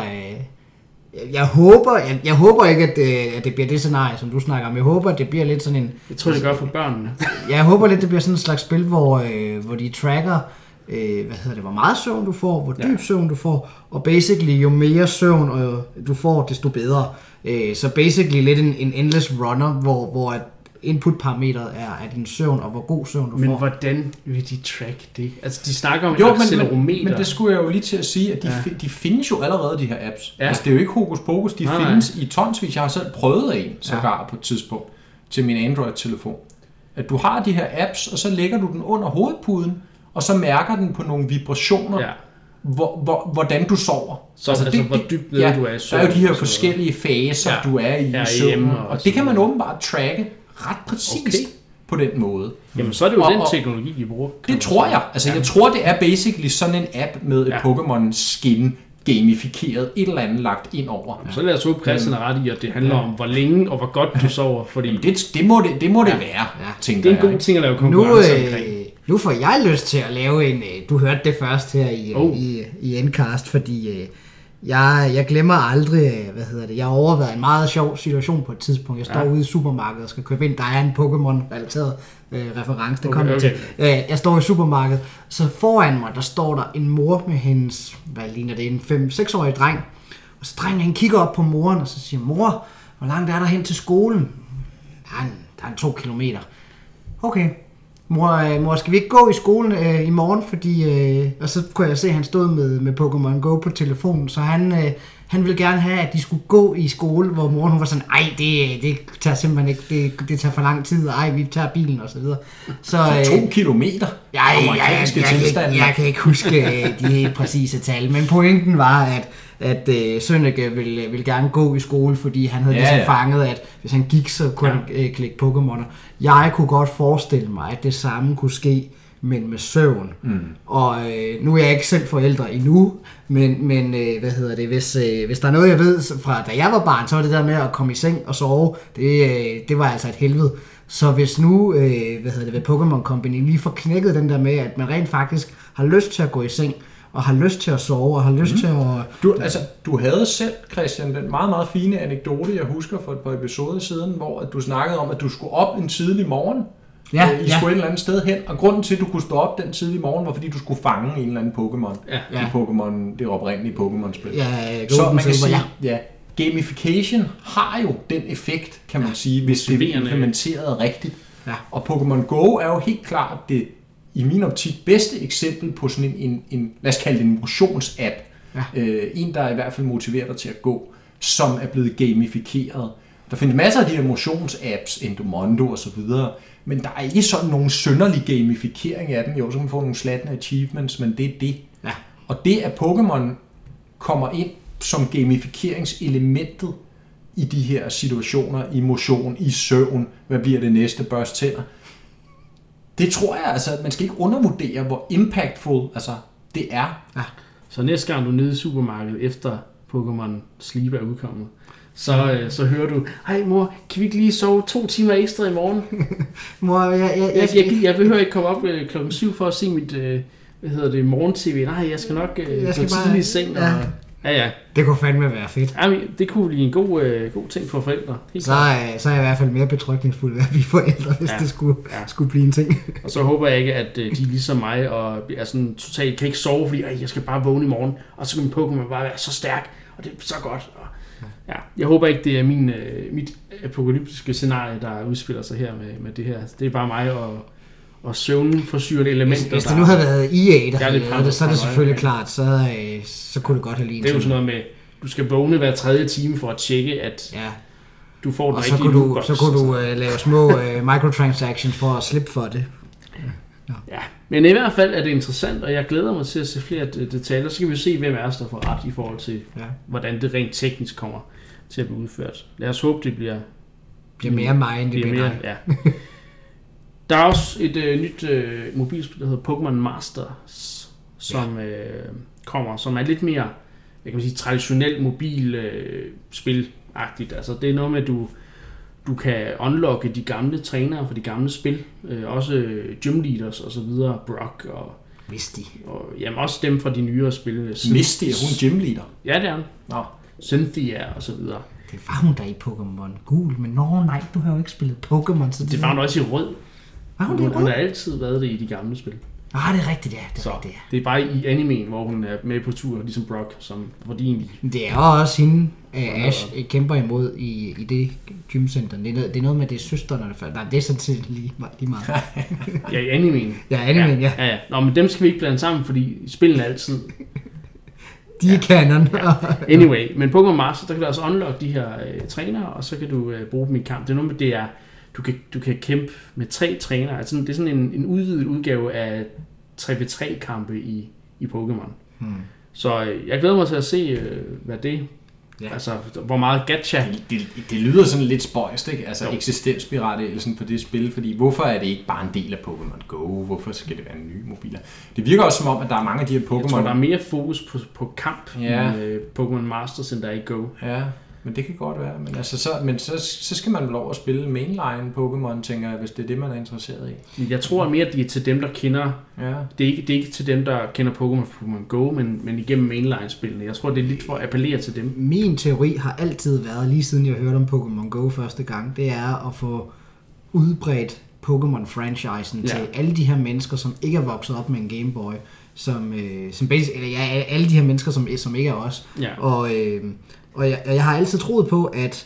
Jeg håber ikke, at det bliver det scenarie, som du snakker om. Jeg håber, at det bliver lidt sådan en... Jeg tror, det gør for børnene. Jeg håber lidt, det bliver sådan et slags spil, hvor de tracker, hvor meget søvn du får, hvor dyb søvn du får, og basically jo mere søvn du får, desto bedre. Så basically lidt en endless runner, hvor input-parametret er din søvn, og hvor god søvn du får. Men hvordan vil de track det? Altså, de snakker om et accelerometer. Men det skulle jeg jo lige til at sige, at de findes jo allerede, de her apps. Ja. Altså, det er jo ikke hokus pokus, de findes i tonsvis. Jeg har selv prøvet en, sågar på et tidspunkt, til min Android-telefon. At du har de her apps, og så lægger du den under hovedpuden, og så mærker den på nogle vibrationer, hvordan du sover. Så altså hvor dybt nede du er i søvn. Der er jo de her forskellige faser, du er i søvn. Og det kan man åbenbart tracke ret præcist på den måde. Jamen, så er det jo den teknologi, de bruger. Det tror jeg. Altså, jeg tror, det er basically sådan en app med et Pokémon-skin gamificeret, et eller andet lagt ind over. Jamen, så lad os håbe, pressen er ret i, at det handler om, hvor længe og hvor godt du sover. Fordi jamen, det må det være, tænker jeg. Det er en god ting at lave konkurrence omkring. Nu får jeg lyst til at lave en... Du hørte det først her i Endcast, fordi... Jeg glemmer aldrig, jeg har overvejet en meget sjov situation på et tidspunkt. Jeg står ude i supermarkedet og skal købe ind. Der er en Pokémon-relateret reference, det kommer til. Jeg står i supermarkedet, så foran mig, der står der en mor med hendes, hvad ligner det, en 5-6-årig dreng. Og så drengen, han kigger op på moren, og så siger, mor, hvor langt er der hen til skolen? Der er 2 kilometer. Okay. Mor, skal vi ikke gå i skolen i morgen, fordi... og så kunne jeg se, at han stod med Pokémon Go på telefonen, så han ville gerne have, at de skulle gå i skole, hvor moren hun var sådan, ej, det tager simpelthen ikke, det tager for lang tid, og ej, vi tager bilen, og så videre. Så 2 kilometer? Jeg kan ikke huske de helt præcise tal, men pointen var, at Sønneke ville gerne gå i skole, fordi han havde ligesom fanget, at hvis han gik, så kunne han klikke Pokémoner. Jeg kunne godt forestille mig, at det samme kunne ske, men med søvn. Og nu er jeg ikke selv forældre endnu, men hvis der er noget, jeg ved fra da jeg var barn, så var det der med at komme i seng og sove, det var altså et helvede. Så hvis nu, Pokémon Company lige får knækket den der med, at man rent faktisk har lyst til at gå i seng, og har lyst til at sove, og har lyst til at... Du havde selv, Christian, den meget, meget fine anekdote, jeg husker for et par episoder siden, hvor at du snakkede om, at du skulle op en tidlig morgen, I skulle et eller andet sted hen, og grunden til, at du kunne stå op den tidlige morgen, var fordi du skulle fange en eller anden Pokémon. I Pokémon, det oprindelige Pokémon-spil. Så man kan sige, gamification har jo den effekt, kan man sige, hvis det er implementeret rigtigt. Ja. Og Pokémon Go er jo helt klart det, i min optik, bedste eksempel på sådan en lad os kalde det en motionsapp. Ja. En, der i hvert fald motiverer dig til at gå, som er blevet gamificeret. Der findes masser af de her motionsapps, Endomondo og så videre, men der er ikke sådan nogen synderlig gamifikering af dem. Jo, så kan man få nogle slattende achievements, men det er det. Ja. Og det, at Pokémon kommer ind som gamifikeringselementet i de her situationer, i motion, i søvn, hvad bliver det næste, børst tænder, det tror jeg, altså, man skal ikke undervurdere, hvor impactful altså, det er. Ja. Så næste gang du er nede i supermarkedet, efter Pokémon Sleep er udkommet, så hører du, hej mor, kan vi ikke lige sove 2 timer ekstra i morgen? Mor, Jeg behøver ikke komme op klokken 7 for at se mit morgen-tv. Nej, jeg skal nok gå tidligt i seng. Ja. Ja. Det kunne fandme være fedt. Jamen, det kunne blive en god ting for forældre. Så er jeg i hvert fald mere betrygningsfuld ved at blive forældre, hvis det skulle blive en ting. Og så håber jeg ikke, at de ligesom mig og er sådan totalt, kan ikke sove, fordi jeg skal bare vågne i morgen, og så kan min Pokémon bare være så stærk, og det er så godt. Og, ja, jeg håber ikke, det er mit apokalyptiske scenarie, der udspiller sig her med det her. Det er bare mig og søvnforsyrende elementer. Hvis det nu havde været EA, der havde lavet det, så er det selvfølgelig klart, så kunne det godt have lignet. Det er jo sådan noget med, du skal vågne hver 3. time for at tjekke, at du får den rigtige lootbox. Så kunne du lave små microtransactions for at slippe for det. Ja, men i hvert fald er det interessant, og jeg glæder mig til at se flere detaljer. Så kan vi se, hvem er os, der får ret i forhold til, hvordan det rent teknisk kommer til at blive udført. Lad os håbe, det bliver mere mig, end det bliver mere. Ja. Der er også et nyt mobilspil, der hedder Pokémon Masters, som kommer, som er lidt mere, jeg kan sige, traditionelt mobilspil-agtigt. Altså det er noget med, at du kan unlocke de gamle trænere for de gamle spil, også gym leaders og så videre, Brock og Misty. Og jamen også dem fra de nyere spil. Misty, er hun gym leader? Ja, det er hun. Nå. Cynthia og så videre. Det var hun der i Pokémon Gul, men nej, du har jo ikke spillet Pokémon. Så det var hun også i rød. Hun har altid været det i de gamle spil. Det er rigtigt, ja. Det er bare i animen, hvor hun er med på tur, ligesom Brock, hvor de egentlig... Det er også hende, Ash kæmper imod i det gymcenter. Det er noget med, det er søsterne, der falder. Nej, det er sådan set lige meget. Ja, i animen. Ja. Nå, men dem skal vi ikke blande sammen, fordi spillene er altid... De er canon. Ja. Anyway, men Pokémon Master, der kan du altså unlock de her trænere, og så kan du bruge dem i kamp. Det er noget med, det er... Du kan kæmpe med 3 trænere. Altså, det er sådan en udvidet udgave af 3v3-kampe i Pokémon. Så jeg glæder mig til at se, hvad det... Ja. Altså, hvor meget gacha... Det lyder sådan lidt spøjst, ikke? Altså, eksistensberettigelsen for det spil, fordi hvorfor er det ikke bare en del af Pokémon Go? Hvorfor skal det være en ny mobiler? Det virker også som om, at der er mange af de her Pokémon... Jeg tror, der er mere fokus på kamp i Pokémon Masters, end der er i Go. Ja. Men det kan godt være. Men så skal man vel over at spille mainline Pokémon, tænker jeg, hvis det er det, man er interesseret i. Jeg tror mere, at det er til dem, der kender... Ja. Det er ikke til dem, der kender Pokémon Go, men igennem mainline-spillene. Jeg tror, det er lidt for at appellere til dem. Min teori har altid været, lige siden jeg hørte om Pokémon Go første gang, det er at få udbredt Pokémon-franchisen til alle de her mennesker, som ikke er vokset op med en Game Boy, som alle de her mennesker, som ikke er os. Ja. Og jeg har altid troet på, at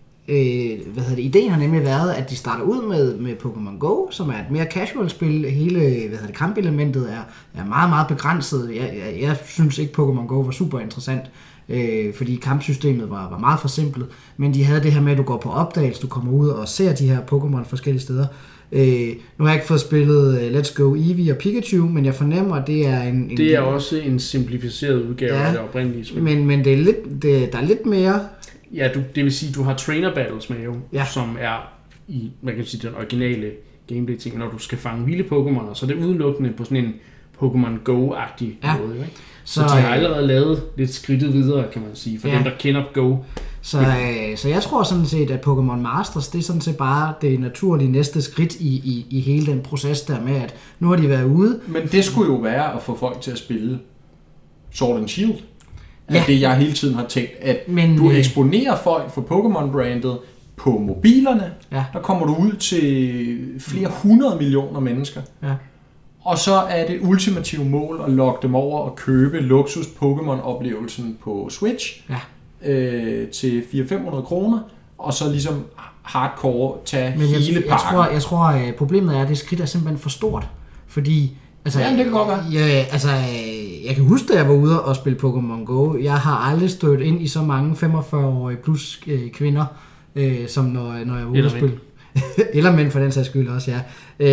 ideen har nemlig været, at de starter ud med Pokémon Go, som er et mere casual spil. Hele kampelementet er meget, meget begrænset. Jeg synes ikke, Pokémon Go var super interessant, fordi kampsystemet var meget forsimplet. Men de havde det her med, at du går på opdagelse, du kommer ud og ser de her Pokémon forskellige steder. Nu har jeg ikke fået spillet Let's Go Eevee og Pikachu, men jeg fornemmer, at det er det er også en simplificeret udgave af det oprindelige spil. Men det er der er lidt mere... Ja, det vil sige, at du har trainer battles med jo, som er i, man kan sige, den originale gameplay-ting, når du skal fange vilde Pokémon, så er det udelukkende på sådan en Pokémon Go-agtig måde, ikke? Så de har allerede lavet lidt skridtet videre, kan man sige, for dem, der kender Go. Så jeg tror sådan set, at Pokémon Masters, det er sådan set bare det naturlige næste skridt i hele den proces der med, at nu har de været ude. Men det skulle jo være at få folk til at spille Sword and Shield. Ja. Det jeg hele tiden har tænkt, at du eksponerer folk for Pokémon-brandet på mobilerne, der kommer du ud til flere 100 millioner mennesker. Ja. Og så er det ultimative mål at lokke dem over og købe luksus Pokémon-oplevelsen på Switch til 400-500 kroner, og så ligesom hardcore, tage Men hele pakken. jeg tror problemet er, at det skridt er simpelthen for stort. Fordi... Altså, Jamen, det kan godt være. Ja, altså, jeg kan huske, da jeg var ude og spille Pokémon Go. Jeg har aldrig stødt ind i så mange 45-årige plus kvinder, som når jeg var ude og spille. Eller mænd for den sags skyld også, ja.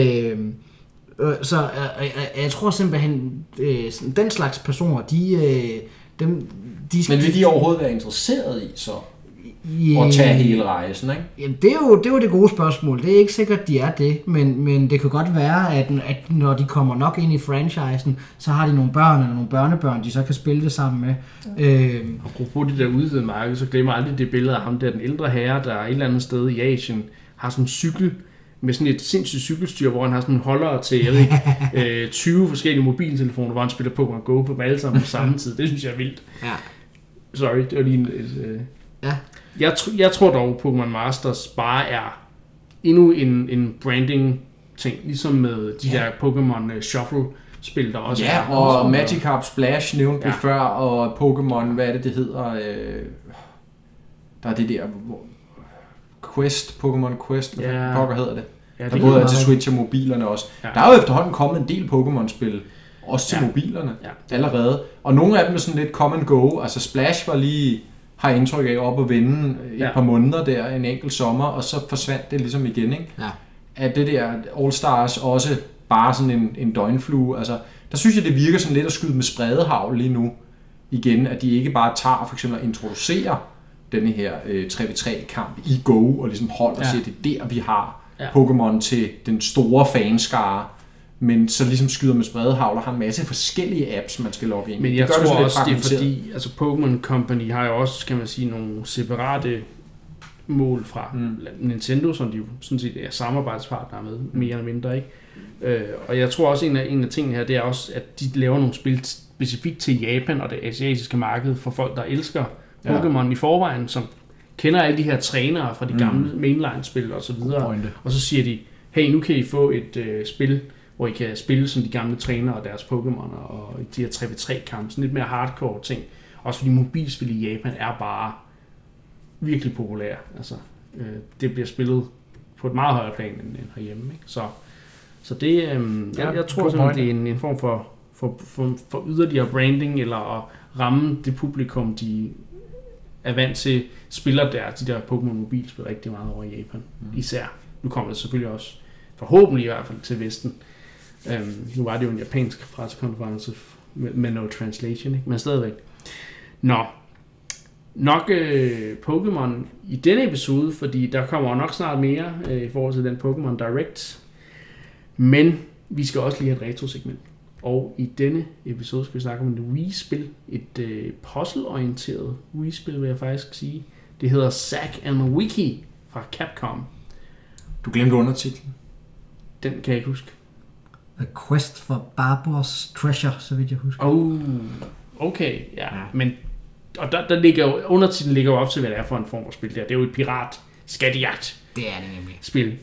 Så jeg tror simpelthen, den slags personer, de skal... Men vil de overhovedet være interesseret i så at tage hele rejsen, ikke? Jamen, det er jo det gode spørgsmål. Det er ikke sikkert, de er det, men det kan godt være, at når de kommer nok ind i franchisen, så har de nogle børn eller nogle børnebørn, de så kan spille det sammen med. Apropos det der udvidede marked, så glemmer aldrig det billede af ham der, den ældre herre, der et eller andet sted i Asien har sådan en cykel med sådan et sindssygt cykelstyr, hvor han har sådan en holder til 20 forskellige mobiltelefoner, hvor han spiller Pokémon Go på dem alle sammen på samme tid. Det synes jeg er vildt. Ja. Sorry, det var lige Ja. Jeg tror dog, Pokémon Masters bare er endnu en branding ting, ligesom med de der Pokémon Shuffle-spil, der også er. Ja, og Magikarp Splash nævnte vi før, og Pokémon, hvad er det hedder? Der er det der Quest, Pokémon Quest, hvad pokker hedder det? Ja, der både er til Switch og mobilerne også. Ja. Der er jo efterhånden kommet en del Pokémon-spil, også til mobilerne allerede. Og nogle af dem er sådan lidt come and go. Altså Splash var lige, har indtryk af, op og vende et par måneder der, en enkelt sommer, og så forsvandt det ligesom igen, ikke? Ja. At det der All Stars også bare sådan en døgnflue. Altså, der synes jeg, det virker sådan lidt at skyde med spredehagl lige nu igen, at de ikke bare tager for eksempel at introducere denne her 3v3-kamp i Go, og ligesom holder og siger, at det er der, vi har Pokémon til den store fanskare, men så ligesom skyder med spredehagl og har en masse forskellige apps, man skal logge ind. Men jeg tror også, det er fordi, altså Pokémon Company har jo også, kan man sige, nogle separate mål fra Nintendo, som de jo sådan set er samarbejdspartnere med, mere eller mindre, ikke? Og jeg tror også, en af tingene her, det er også, at de laver nogle spil specifikt til Japan og det asiatiske marked for folk, der elsker Pokémon i forvejen, som kender alle de her trænere fra de gamle mainline-spil og så videre. Og så siger de, hey, nu kan I få et spil, hvor I kan spille som de gamle trænere og deres Pokémon og de her 3v3-kamp, sådan lidt mere hardcore ting. Også fordi mobilspil i Japan er bare virkelig populære. Altså, det bliver spillet på et meget højere plan end herhjemme, ikke? Så det, jeg tror simpelthen, det er en form for yderligere branding, eller at ramme det publikum, de er vant til, spiller de der Pokémon mobilspil rigtig meget over i Japan, især. Nu kommer det selvfølgelig også, forhåbentlig i hvert fald, til Vesten. Nu var det jo en japansk pressekonference med no translation, ikke? Men stadigvæk. Nok Pokémon i denne episode, fordi der kommer nok snart mere i forhold til den Pokémon Direct. Men vi skal også lige have et retro-segment. Og i denne episode skal vi snakke om et Wii-spil. Et puzzle-orienteret Wii-spil, vil jeg faktisk sige. Det hedder Zack and Wiki fra Capcom. Du glemte undertitlen. Den kan jeg ikke huske. The Quest for Barbour's Treasure, så vidt jeg husker. Okay, ja. Men og der ligger jo, undertitlen ligger jo op til, hvad det er for en form for spil der. Det er jo et pirat skattejagt. Det er det nemlig. Spil.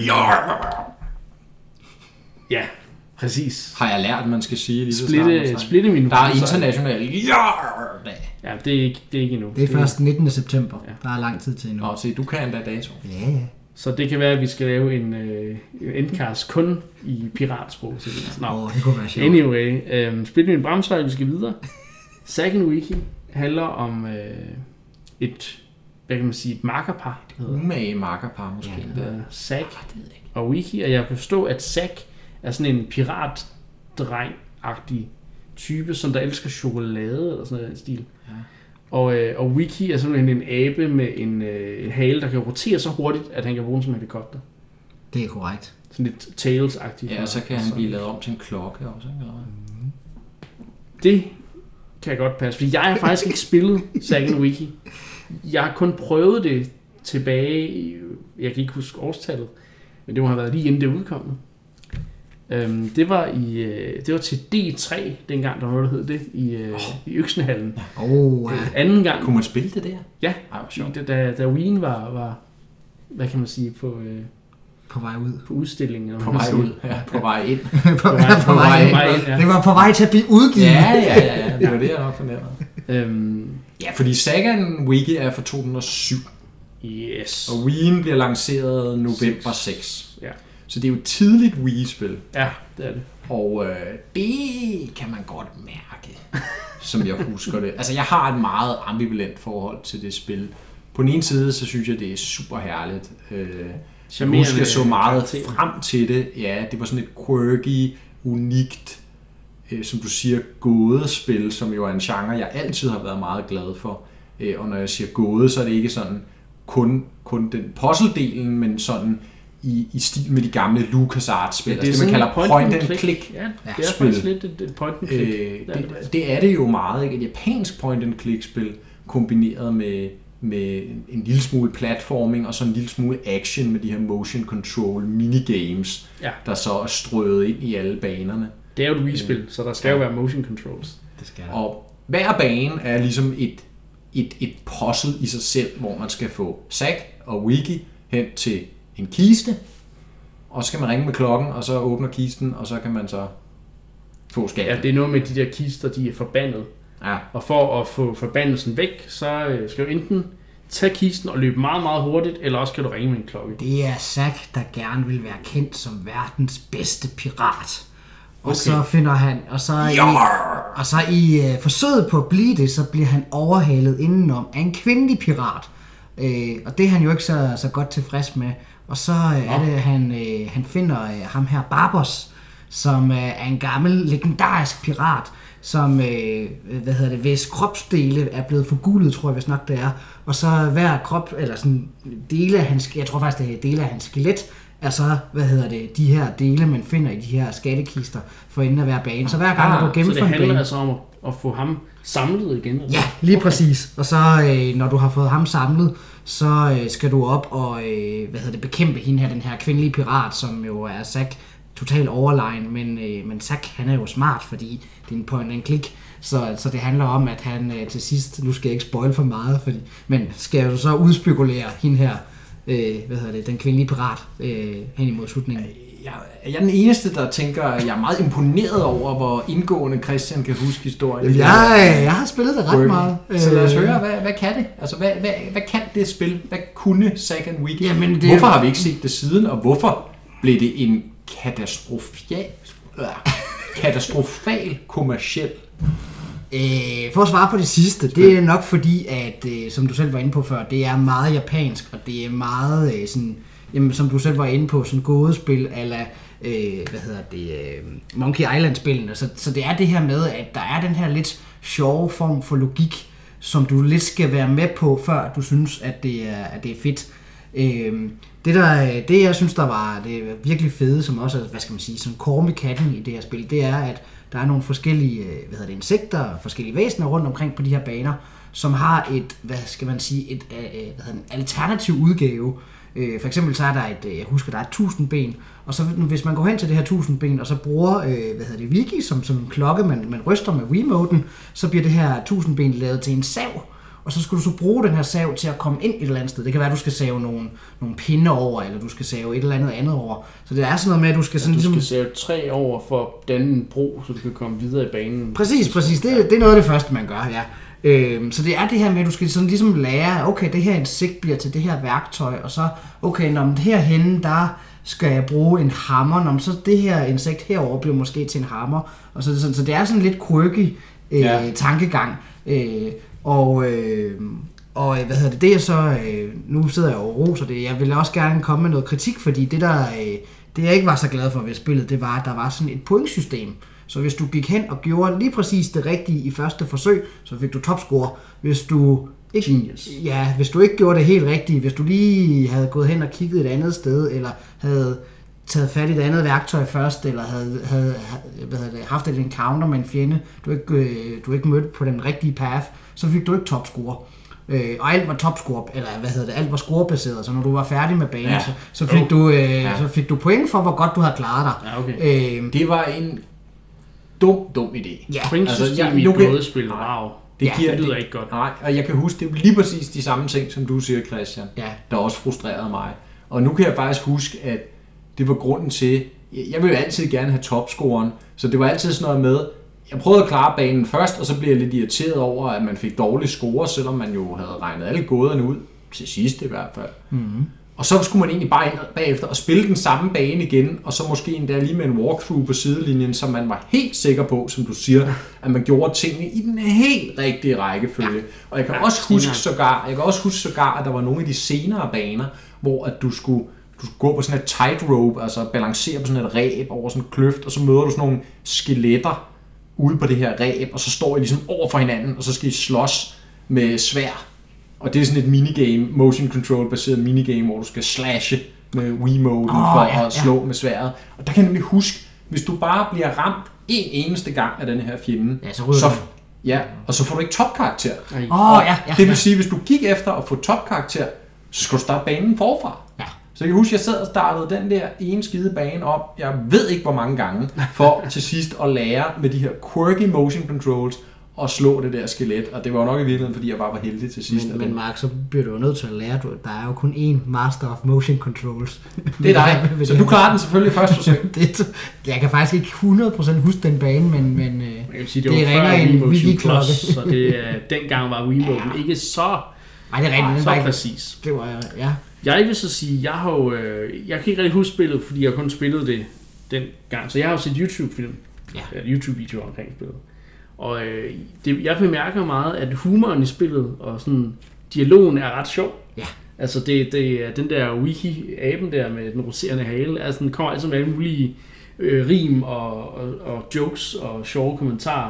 Ja, præcis. Har jeg lært, at man skal sige lige så splitte min. Der er international. Ja, det er ikke endnu. Det er først 19. september. Ja. Der er lang tid til endnu. Se, du kan endda dato. Ja. Så det kan være, at vi skal lave en endcast kun i piratsprog. Det kunne være sjovt. Anyway, splitte min bremsvej, vi skal videre. Zack and Wiki handler om et, hvad kan man sige, et makkerpar. Umage makkerpar måske. Ja, Zack og Wiki, og jeg kan forstå, at Zack er sådan en piratdreng-agtig type, som der elsker chokolade eller sådan noget stil. Ja. Og Wiki er sådan en abe med en hale, der kan rotere så hurtigt, at han kan bruge den som helikopter. Det er korrekt. Sådan lidt Tails-agtigt. Ja, og så kan han blive lavet om til en klokke også, ikke? Det kan godt passe, fordi jeg har faktisk ikke spillet Zack and Wiki. Jeg har kun prøvet det tilbage, jeg kan ikke huske årstallet, men det må have været lige inden det udkom. Det var til D3 dengang, der var noget, der hed det, i Øksenhallen. Anden gang. Kunne man spille det der? Ja, da Wien var, hvad kan man sige, på vej ud. På udstillingen. På vej ud, ja. På vej ind. på vej ind. Ja. Det var på vej til at blive udgivet. Ja. Det var det, jeg nok fornemmer. Ja, fordi Zack and Wiki er fra 2007. Yes. Og Wii'en bliver lanceret november 6. Ja. Så det er jo et tidligt Wii-spil. Ja, det er det. Og det kan man godt mærke, som jeg husker det. Altså, jeg har et meget ambivalent forhold til det spil. På den ene side, så synes jeg, det er super herligt. Jeg husker, jeg så meget frem til det. Ja, det var sådan et quirky, unikt, som du siger, gådespil, som jo er en genre, jeg altid har været meget glad for. Og når jeg siger gåde, så er det ikke sådan kun den puzzle-delen, men sådan i stil med de gamle LucasArts-spil. Ja, det man kalder point and click. Ja, det er faktisk lidt et point and click. Det er det jo meget, ikke? Et japansk point and click-spil kombineret med en lille smule platforming og så en lille smule action med de her motion control minigames, der så er strøget ind i alle banerne. Det er jo et Wii-spil, så der skal jo være motion controls. Det skal og hver bane er ligesom et puzzle i sig selv, hvor man skal få Zack og Wiki hen til en kiste, og så skal man ringe med klokken, og så åbner kisten, og så kan man så få skabet. Ja, det er noget med de der kister, de er forbandet. Ja. Og for at få forbandelsen væk, så skal du enten tage kisten og løbe meget, meget hurtigt, eller også kan du ringe med en klokke. Det er Zack, der gerne vil være kendt som verdens bedste pirat. Og så finder han, og så i forsøget på at blive det, så bliver han overhalet indenom af en kvindelig pirat. Og det er han jo ikke så godt tilfreds med. Og så er det, han finder ham her Barbos, som er en gammel, legendarisk pirat, som, hvis kropsdele er blevet forgulet, tror jeg vist nok det er. Og så hver krop, eller sådan dele af hans, jeg tror faktisk det er dele af hans skelet, er så, de her dele, man finder i de her skattekister for enden af hver bane. Så hver gang, du gennemfører en bane... Så det handler altså om at få ham samlet igen? Ja, lige præcis. Og så, når du har fået ham samlet, så skal du op og, bekæmpe hende her, den her kvindelige pirat, som jo er Zack totalt overlegen, men Zack, han er jo smart, fordi det er en point and click. Så det handler om, at han til sidst, nu skal jeg ikke spoil for meget, men skal du så udspekulere hende her, den kvindelige pirat hen imod slutningen. Jeg er den eneste, der tænker, at jeg er meget imponeret over, hvor indgående Christian kan huske historien. Jeg har spillet det ret meget. Så lad os høre, hvad kan det? Altså, hvad kan det spil? Hvad kunne Zack and Wiki? Hvorfor har vi ikke set det siden, og hvorfor blev det en katastrofal kommerciel? For at svare på det sidste, det er nok fordi, at som du selv var inde på før, det er meget japansk, og det er meget sådan, som du selv var inde på, sådan gådespil, eller Monkey Island-spillene. Så det er det her med, at der er den her lidt sjove form for logik, som du lidt skal være med på, før du synes, at det er fedt. Det jeg synes, der var det virkelig fede, som også er, sådan core-mekanikken i det her spil, det er, at der er nogle forskellige, insekter og forskellige væsener rundt omkring på de her baner, som har en alternativ udgave. For eksempel så er der jeg husker, der er 1000 ben, og så hvis man går hen til det her 1000 ben, og så bruger, Wiki som en klokke, man ryster med Wiimoten, så bliver det her 1000 ben lavet til en sav. Og så skal du så bruge den her sav til at komme ind et eller andet sted. Det kan være, at du skal save nogle pinde over, eller du skal save et eller andet over. Så det er sådan noget med, at du skal sådan skal save træ over for at danne en bro, så du kan komme videre i banen. Præcis. Det er noget af det første, man gør, ja. Så det er det her med, at du skal sådan ligesom lære, okay, det her insekt bliver til det her værktøj, og så, okay, når herhenne, der skal jeg bruge en hammer, så det her insekt herover bliver måske til en hammer. Og så det er sådan lidt quirky tankegang. Det er så, nu sidder jeg og roser det, jeg vil også gerne komme med noget kritik, fordi det jeg ikke var så glad for ved spillet, det var, at der var sådan et pointsystem. Så hvis du gik hen og gjorde lige præcis det rigtige i første forsøg, så fik du topscore. Hvis du ikke gjorde det helt rigtigt, hvis du lige havde gået hen og kigget et andet sted, eller havde taget fat i et andet værktøj først, eller havde haft et encounter med en fjende, du ikke mødte på den rigtige path, så fik du ikke topscore. Og alt var topscore, eller alt var scorebaseret, så når du var færdig med banen, så fik du point for, hvor godt du havde klaret dig. Ja, okay. Det var en dum idé. Ja. Pointsystem i et gådespil, wow. Det lyder ikke godt. Nej, og jeg kan huske, det er lige præcis de samme ting, som du siger, Christian, der også frustrerede mig. Og nu kan jeg faktisk huske, at det var grunden til, jeg ville jo altid gerne have topscoren, så det var altid sådan noget med, jeg prøvede at klare banen først, og så blev jeg lidt irriteret over, at man fik dårlige score, selvom man jo havde regnet alle gåderne ud til sidst i hvert fald. Mm-hmm. Og så skulle man egentlig bare ind bagefter og spille den samme bane igen, og så måske endda lige med en walkthrough på sidelinjen, så man var helt sikker på, som du siger, at man gjorde tingene i den helt rigtige rækkefølge. Ja. Og jeg kan også huske sågar, at der var nogle af de senere baner, hvor at du skulle gå på sådan et tightrope, altså balancere på sådan et ræb over sådan en kløft, og så møder du sådan nogle skeletter ude på det her ræb, og så står I ligesom over for hinanden, og så skal I slås med sværd. Og det er sådan et minigame, motion control baseret minigame, hvor du skal slashe med Wiimoten for at slå med sværdet. Og der kan jeg nemlig huske, hvis du bare bliver ramt en eneste gang af den her fjende, og så får du ikke topkarakter. Det vil sige, hvis du gik efter at få topkarakter, så skal du starte banen forfra. Ja. Så jeg kan huske, at jeg sad og startede den der ene skide bane op, jeg ved ikke hvor mange gange, for til sidst at lære med de her quirky motion controls og slå det der skelet, og det var jo nok i virkeligheden, fordi jeg bare var heldig til sidst. Men Mark, så bliver du jo nødt til at lære, der er jo kun én master of motion controls. Det er dig, så du klarer den selvfølgelig først forsøg. Jeg kan faktisk ikke 100% huske den bane, men sige, det ringer en wiki-klokke. Så dengang var Wiimoten ikke så, det er så præcis. Det var, Jeg vil så sige, jeg kan ikke rigtig huske spillet, fordi jeg kun spillede det den gang, så jeg har jo set YouTube-film, YouTube-videoer omkring spillet. Og jeg bemærker meget, at humoren i spillet og sådan dialogen er ret sjov. Ja. Altså det er den der wiki-aben der med den roterende hale, altså den kommer altså med alle mulige rim og jokes og sjove kommentarer.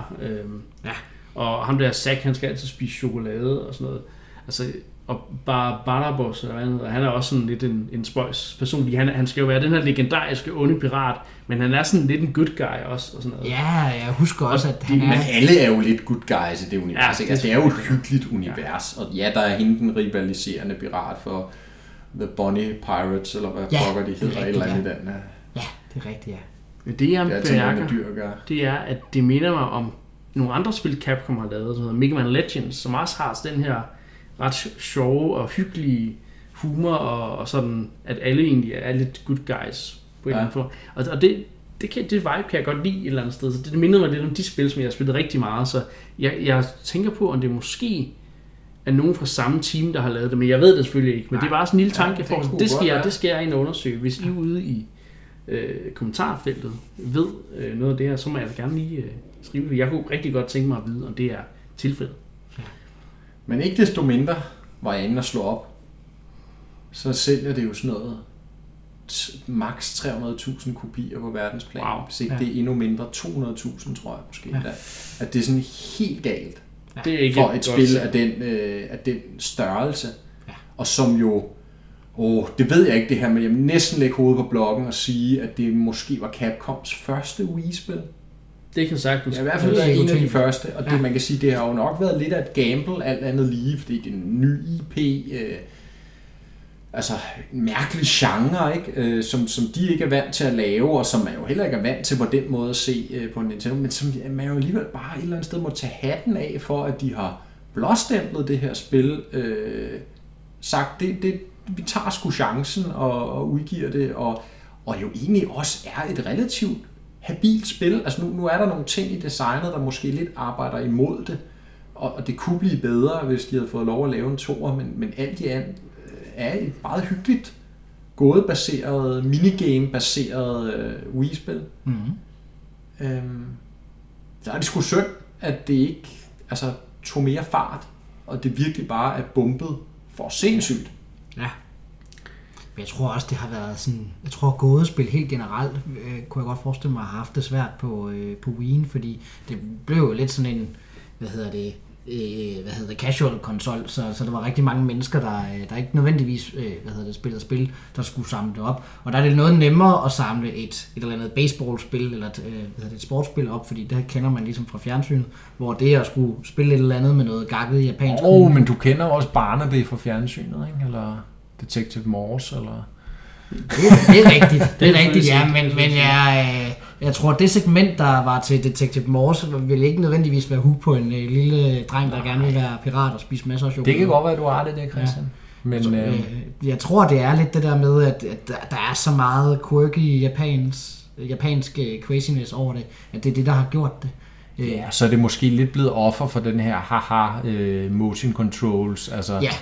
Og ham der Zack, han skal altid spise chokolade og sådan noget. Altså, og Barnabas eller andet, og han er også sådan lidt en spøjs person, fordi han skal jo være den her legendariske onde pirat, men han er sådan lidt en good guy også og sådan noget. Ja, jeg husker også, at han er... Men alle er jo lidt good guys i det univers, ikke? Altså, det er jo et hyggeligt univers, og der er hende den rivaliserende pirat for The Bonnie Pirates, eller hvad pokker de hedder, et eller andet i den. Ja, det er rigtigt, Men det jeg bemærker, det er, at det minder mig om nogle andre spil, Capcom har lavet, der hedder Mega Man Legends, som også har den her ret sjove og hyggelige humor, og sådan, at alle egentlig er lidt good guys på en eller anden form. Og det vibe kan jeg godt lide et eller andet sted, så det minder mig lidt om de spil, som jeg har spillet rigtig meget, så jeg tænker på, om det måske er nogen fra samme team, der har lavet det, men jeg ved det selvfølgelig ikke, men det er bare sådan en lille tanke, for det skal jeg ind og undersøge. Hvis I er ude i kommentarfeltet ved noget af det her, så må jeg da gerne lige skrive det. Jeg kunne rigtig godt tænke mig at vide, om det er tilfældet. Men ikke desto mindre var jeg inde og slå op, så sælger det jo sådan noget max 300.000 kopier på verdensplan. Wow. Så det er endnu mindre, 200.000 tror jeg måske. Ja. At det er sådan helt galt det er ikke for et spil af den størrelse. Ja. Og som jo, det ved jeg ikke det her, men jeg vil næsten lægge hovedet på blokken og sige, at det måske var Capcoms første Wii-spil. Det kan sagtens. Ja, i hvert fald er en af de første, og det, man kan sige, det har jo nok været lidt af et gamble, alt andet lige, fordi det er en ny IP, altså en mærkelig genre, ikke? Som de ikke er vant til at lave, og som man jo heller ikke er vant til på den måde at se på Nintendo, men som man jo alligevel bare et eller andet sted må tage hatten af for, at de har blåstemplet det her spil, sagt, vi tager sgu chancen og udgiver det, og jo egentlig også er et relativt habilt spil. Altså nu er der nogle ting i designet, der måske lidt arbejder imod det, og det kunne blive bedre, hvis de havde fået lov at lave en toer, men alt i alt er et meget hyggeligt, gådebaseret, minigame-baseret Wii-spil. Mm-hmm. Så er det sgu synd, at det ikke tog mere fart, og det virkelig bare er bumpet for sindssygt. Ja. Men jeg tror også, det har været sådan... Jeg tror, gådespil helt generelt, kunne jeg godt forestille mig, har haft det svært på Wii'en, fordi det blev jo lidt sådan en, casual konsol, så der var rigtig mange mennesker, der ikke nødvendigvis spillede spil, der skulle samle det op. Og der er det noget nemmere at samle et eller andet baseballspil, eller et sportsspil op, fordi det kender man ligesom fra fjernsynet, hvor det at skulle spille et eller andet med noget gakket japansk. Men du kender også Barnaby fra fjernsynet, ikke? Eller Detective Morse, eller... Det er rigtigt, ja, men jeg tror, det segment, der var til Detective Morse, ville ikke nødvendigvis være hook på en lille dreng, der gerne vil være pirat og spise masser af chokolade. Det kan godt være, at du har det der, Christian. Ja. Men, jeg tror, det er lidt det der med, at der er så meget quirky japansk craziness over det, at det er det, der har gjort det. Så er det måske lidt blevet offer for den her motion controls, altså... Ja.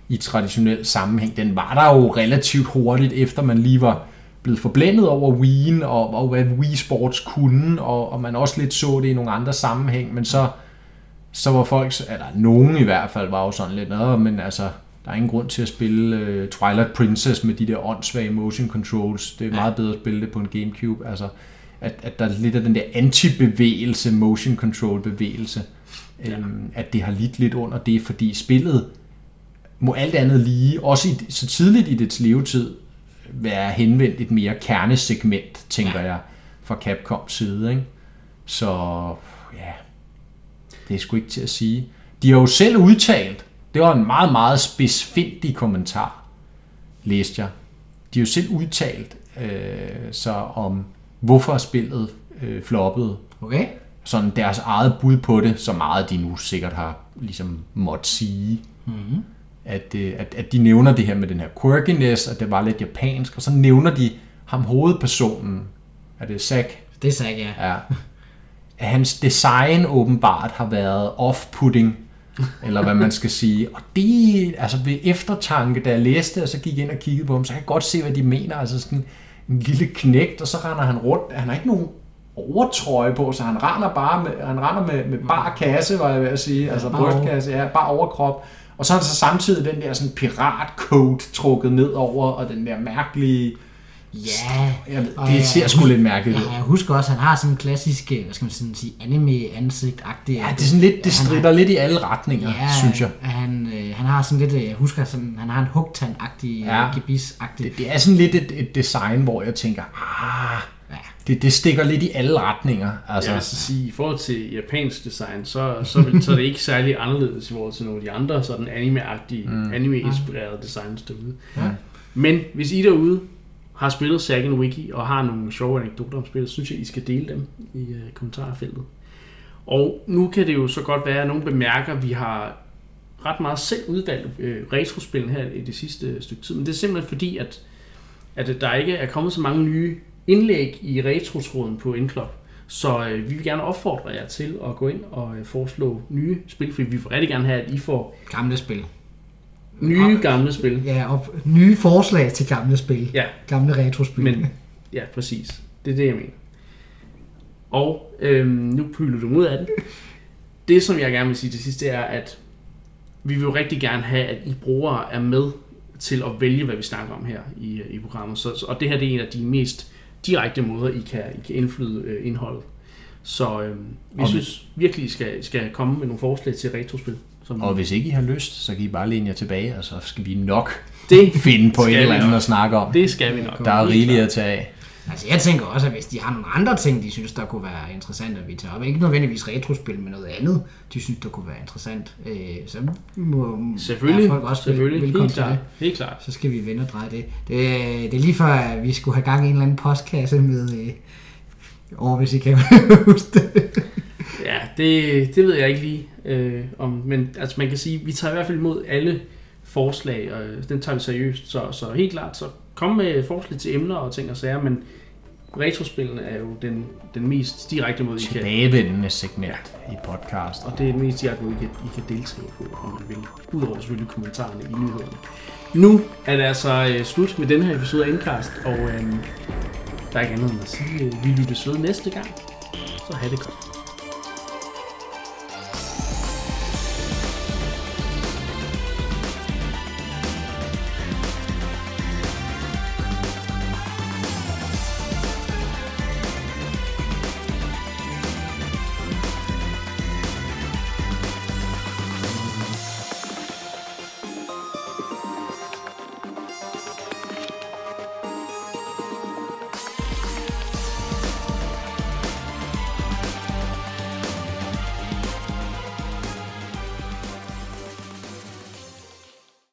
i traditionel sammenhæng. Den var der jo relativt hurtigt, efter man lige var blevet forblændet over Wii'en, og hvad Wii Sports kunne, og man også lidt så det i nogle andre sammenhæng, men så var folk, eller nogen i hvert fald, var jo sådan lidt, men altså, der er ingen grund til at spille Twilight Princess med de der åndssvage motion controls. Det er meget bedre at spille det på en Gamecube. Altså, at der er lidt af den der anti-bevægelse, motion control bevægelse, at det har lidt under det, fordi spillet må alt andet lige, også så tidligt i dets levetid, være henvendt et mere kernesegment, tænker jeg, fra Capcoms side, ikke? Så ja, det er sgu ikke til at sige. De har jo selv udtalt, det var en meget, meget spidsfindig kommentar, læste jeg. De har jo selv udtalt så om, hvorfor spillet floppede. Okay. Sådan deres eget bud på det, så meget de nu sikkert har ligesom måtte sige. Mm-hmm. At de nævner det her med den her quirkiness, at det var lidt japansk, og så nævner de ham hovedpersonen. Er det Zack? Det er Zack, ja. At hans design åbenbart har været off-putting, eller hvad man skal sige. Og det, altså ved eftertanke, da jeg læste og så gik ind og kiggede på ham, så kan jeg godt se, hvad de mener. Altså sådan en lille knægt, og så render han rundt. Han har ikke nogen overtrøje på, så han render med bar kasse, var jeg ved at sige. Altså brystkasse, bare overkrop. Og så har han så samtidig den der sådan piratcoat trukket ned over, og den der mærkelige... Ja, det ser sgu lidt mærkeligt ud. Ja, jeg husker også, at han har sådan en klassisk, hvad skal man sådan sige, anime-ansigt-agtig. Ja, det er sådan lidt, det stritter lidt i alle retninger, synes jeg. Han har sådan lidt, jeg husker, sådan, han har en hugtand-agtig, gebis-agtig. Det er sådan lidt et design, hvor jeg tænker, det stikker lidt i alle retninger. Altså. Jeg vil sige, i forhold til japansk design, så er det ikke særlig anderledes i forhold til nogle af de andre sådan anime-agtige, anime-inspirerede designs derude. Ja. Men hvis I derude har spillet Zack & Wiki og har nogle sjove anekdoter om spillet, synes jeg, I skal dele dem i kommentarfeltet. Og nu kan det jo så godt være, at nogen bemærker, at vi har ret meget selv udvalgt retrospillen her i det sidste stykke tid, men det er simpelthen fordi, at der ikke er kommet så mange nye indlæg i retrotråden på N-Club, så vi vil gerne opfordre jer til at gå ind og foreslå nye spil, fordi vi vil rigtig gerne have, at I får gamle spil. Nye gamle spil. Ja, og nye forslag til gamle spil. Ja. Gamle retrospil. Men, ja, præcis. Det er det, jeg mener. Og nu pyler du ud af det. Det, som jeg gerne vil sige til sidst, det er, at vi vil jo rigtig gerne have, at I brugere er med til at vælge, hvad vi snakker om her i programmet. Og det her det er en af de mest direkte måder, I kan indflyde indholdet. Så vi synes virkelig, I skal komme med nogle forslag til retrospil. Og hvis ikke I har lyst, så kan I bare læne jer tilbage, og så skal vi nok finde på et eller andet at snakke om. Det skal vi nok. Der er rigeligt at tage af. Altså jeg tænker også, at hvis de har nogle andre ting, de synes, der kunne være interessant, at vi tager op. Ikke nødvendigvis retrospil, men noget andet, de synes, der kunne være interessant. Så må folk også velkommen til det. Helt klart. Så skal vi vende og dreje det. Det er lige før, at vi skulle have gang i en eller anden postkasse med... hvis I kan huske det. Ja, det ved jeg ikke lige om, men altså man kan sige, vi tager i hvert fald imod alle forslag, og den tager vi seriøst, så helt klart, så kom med forslag til emner og ting og sager, men retrospillene er jo den mest direkte måde, I kan... Tilbagevendende segment i podcast. Og det er den mest direkte måde, I kan deltage på, om man vil, udover selvfølgelig kommentarerne i nyhederne. Nu er det altså slut med den her episode af Endcast, og der er ikke andet end at sige, vi lyttes ved næste gang, så have det godt.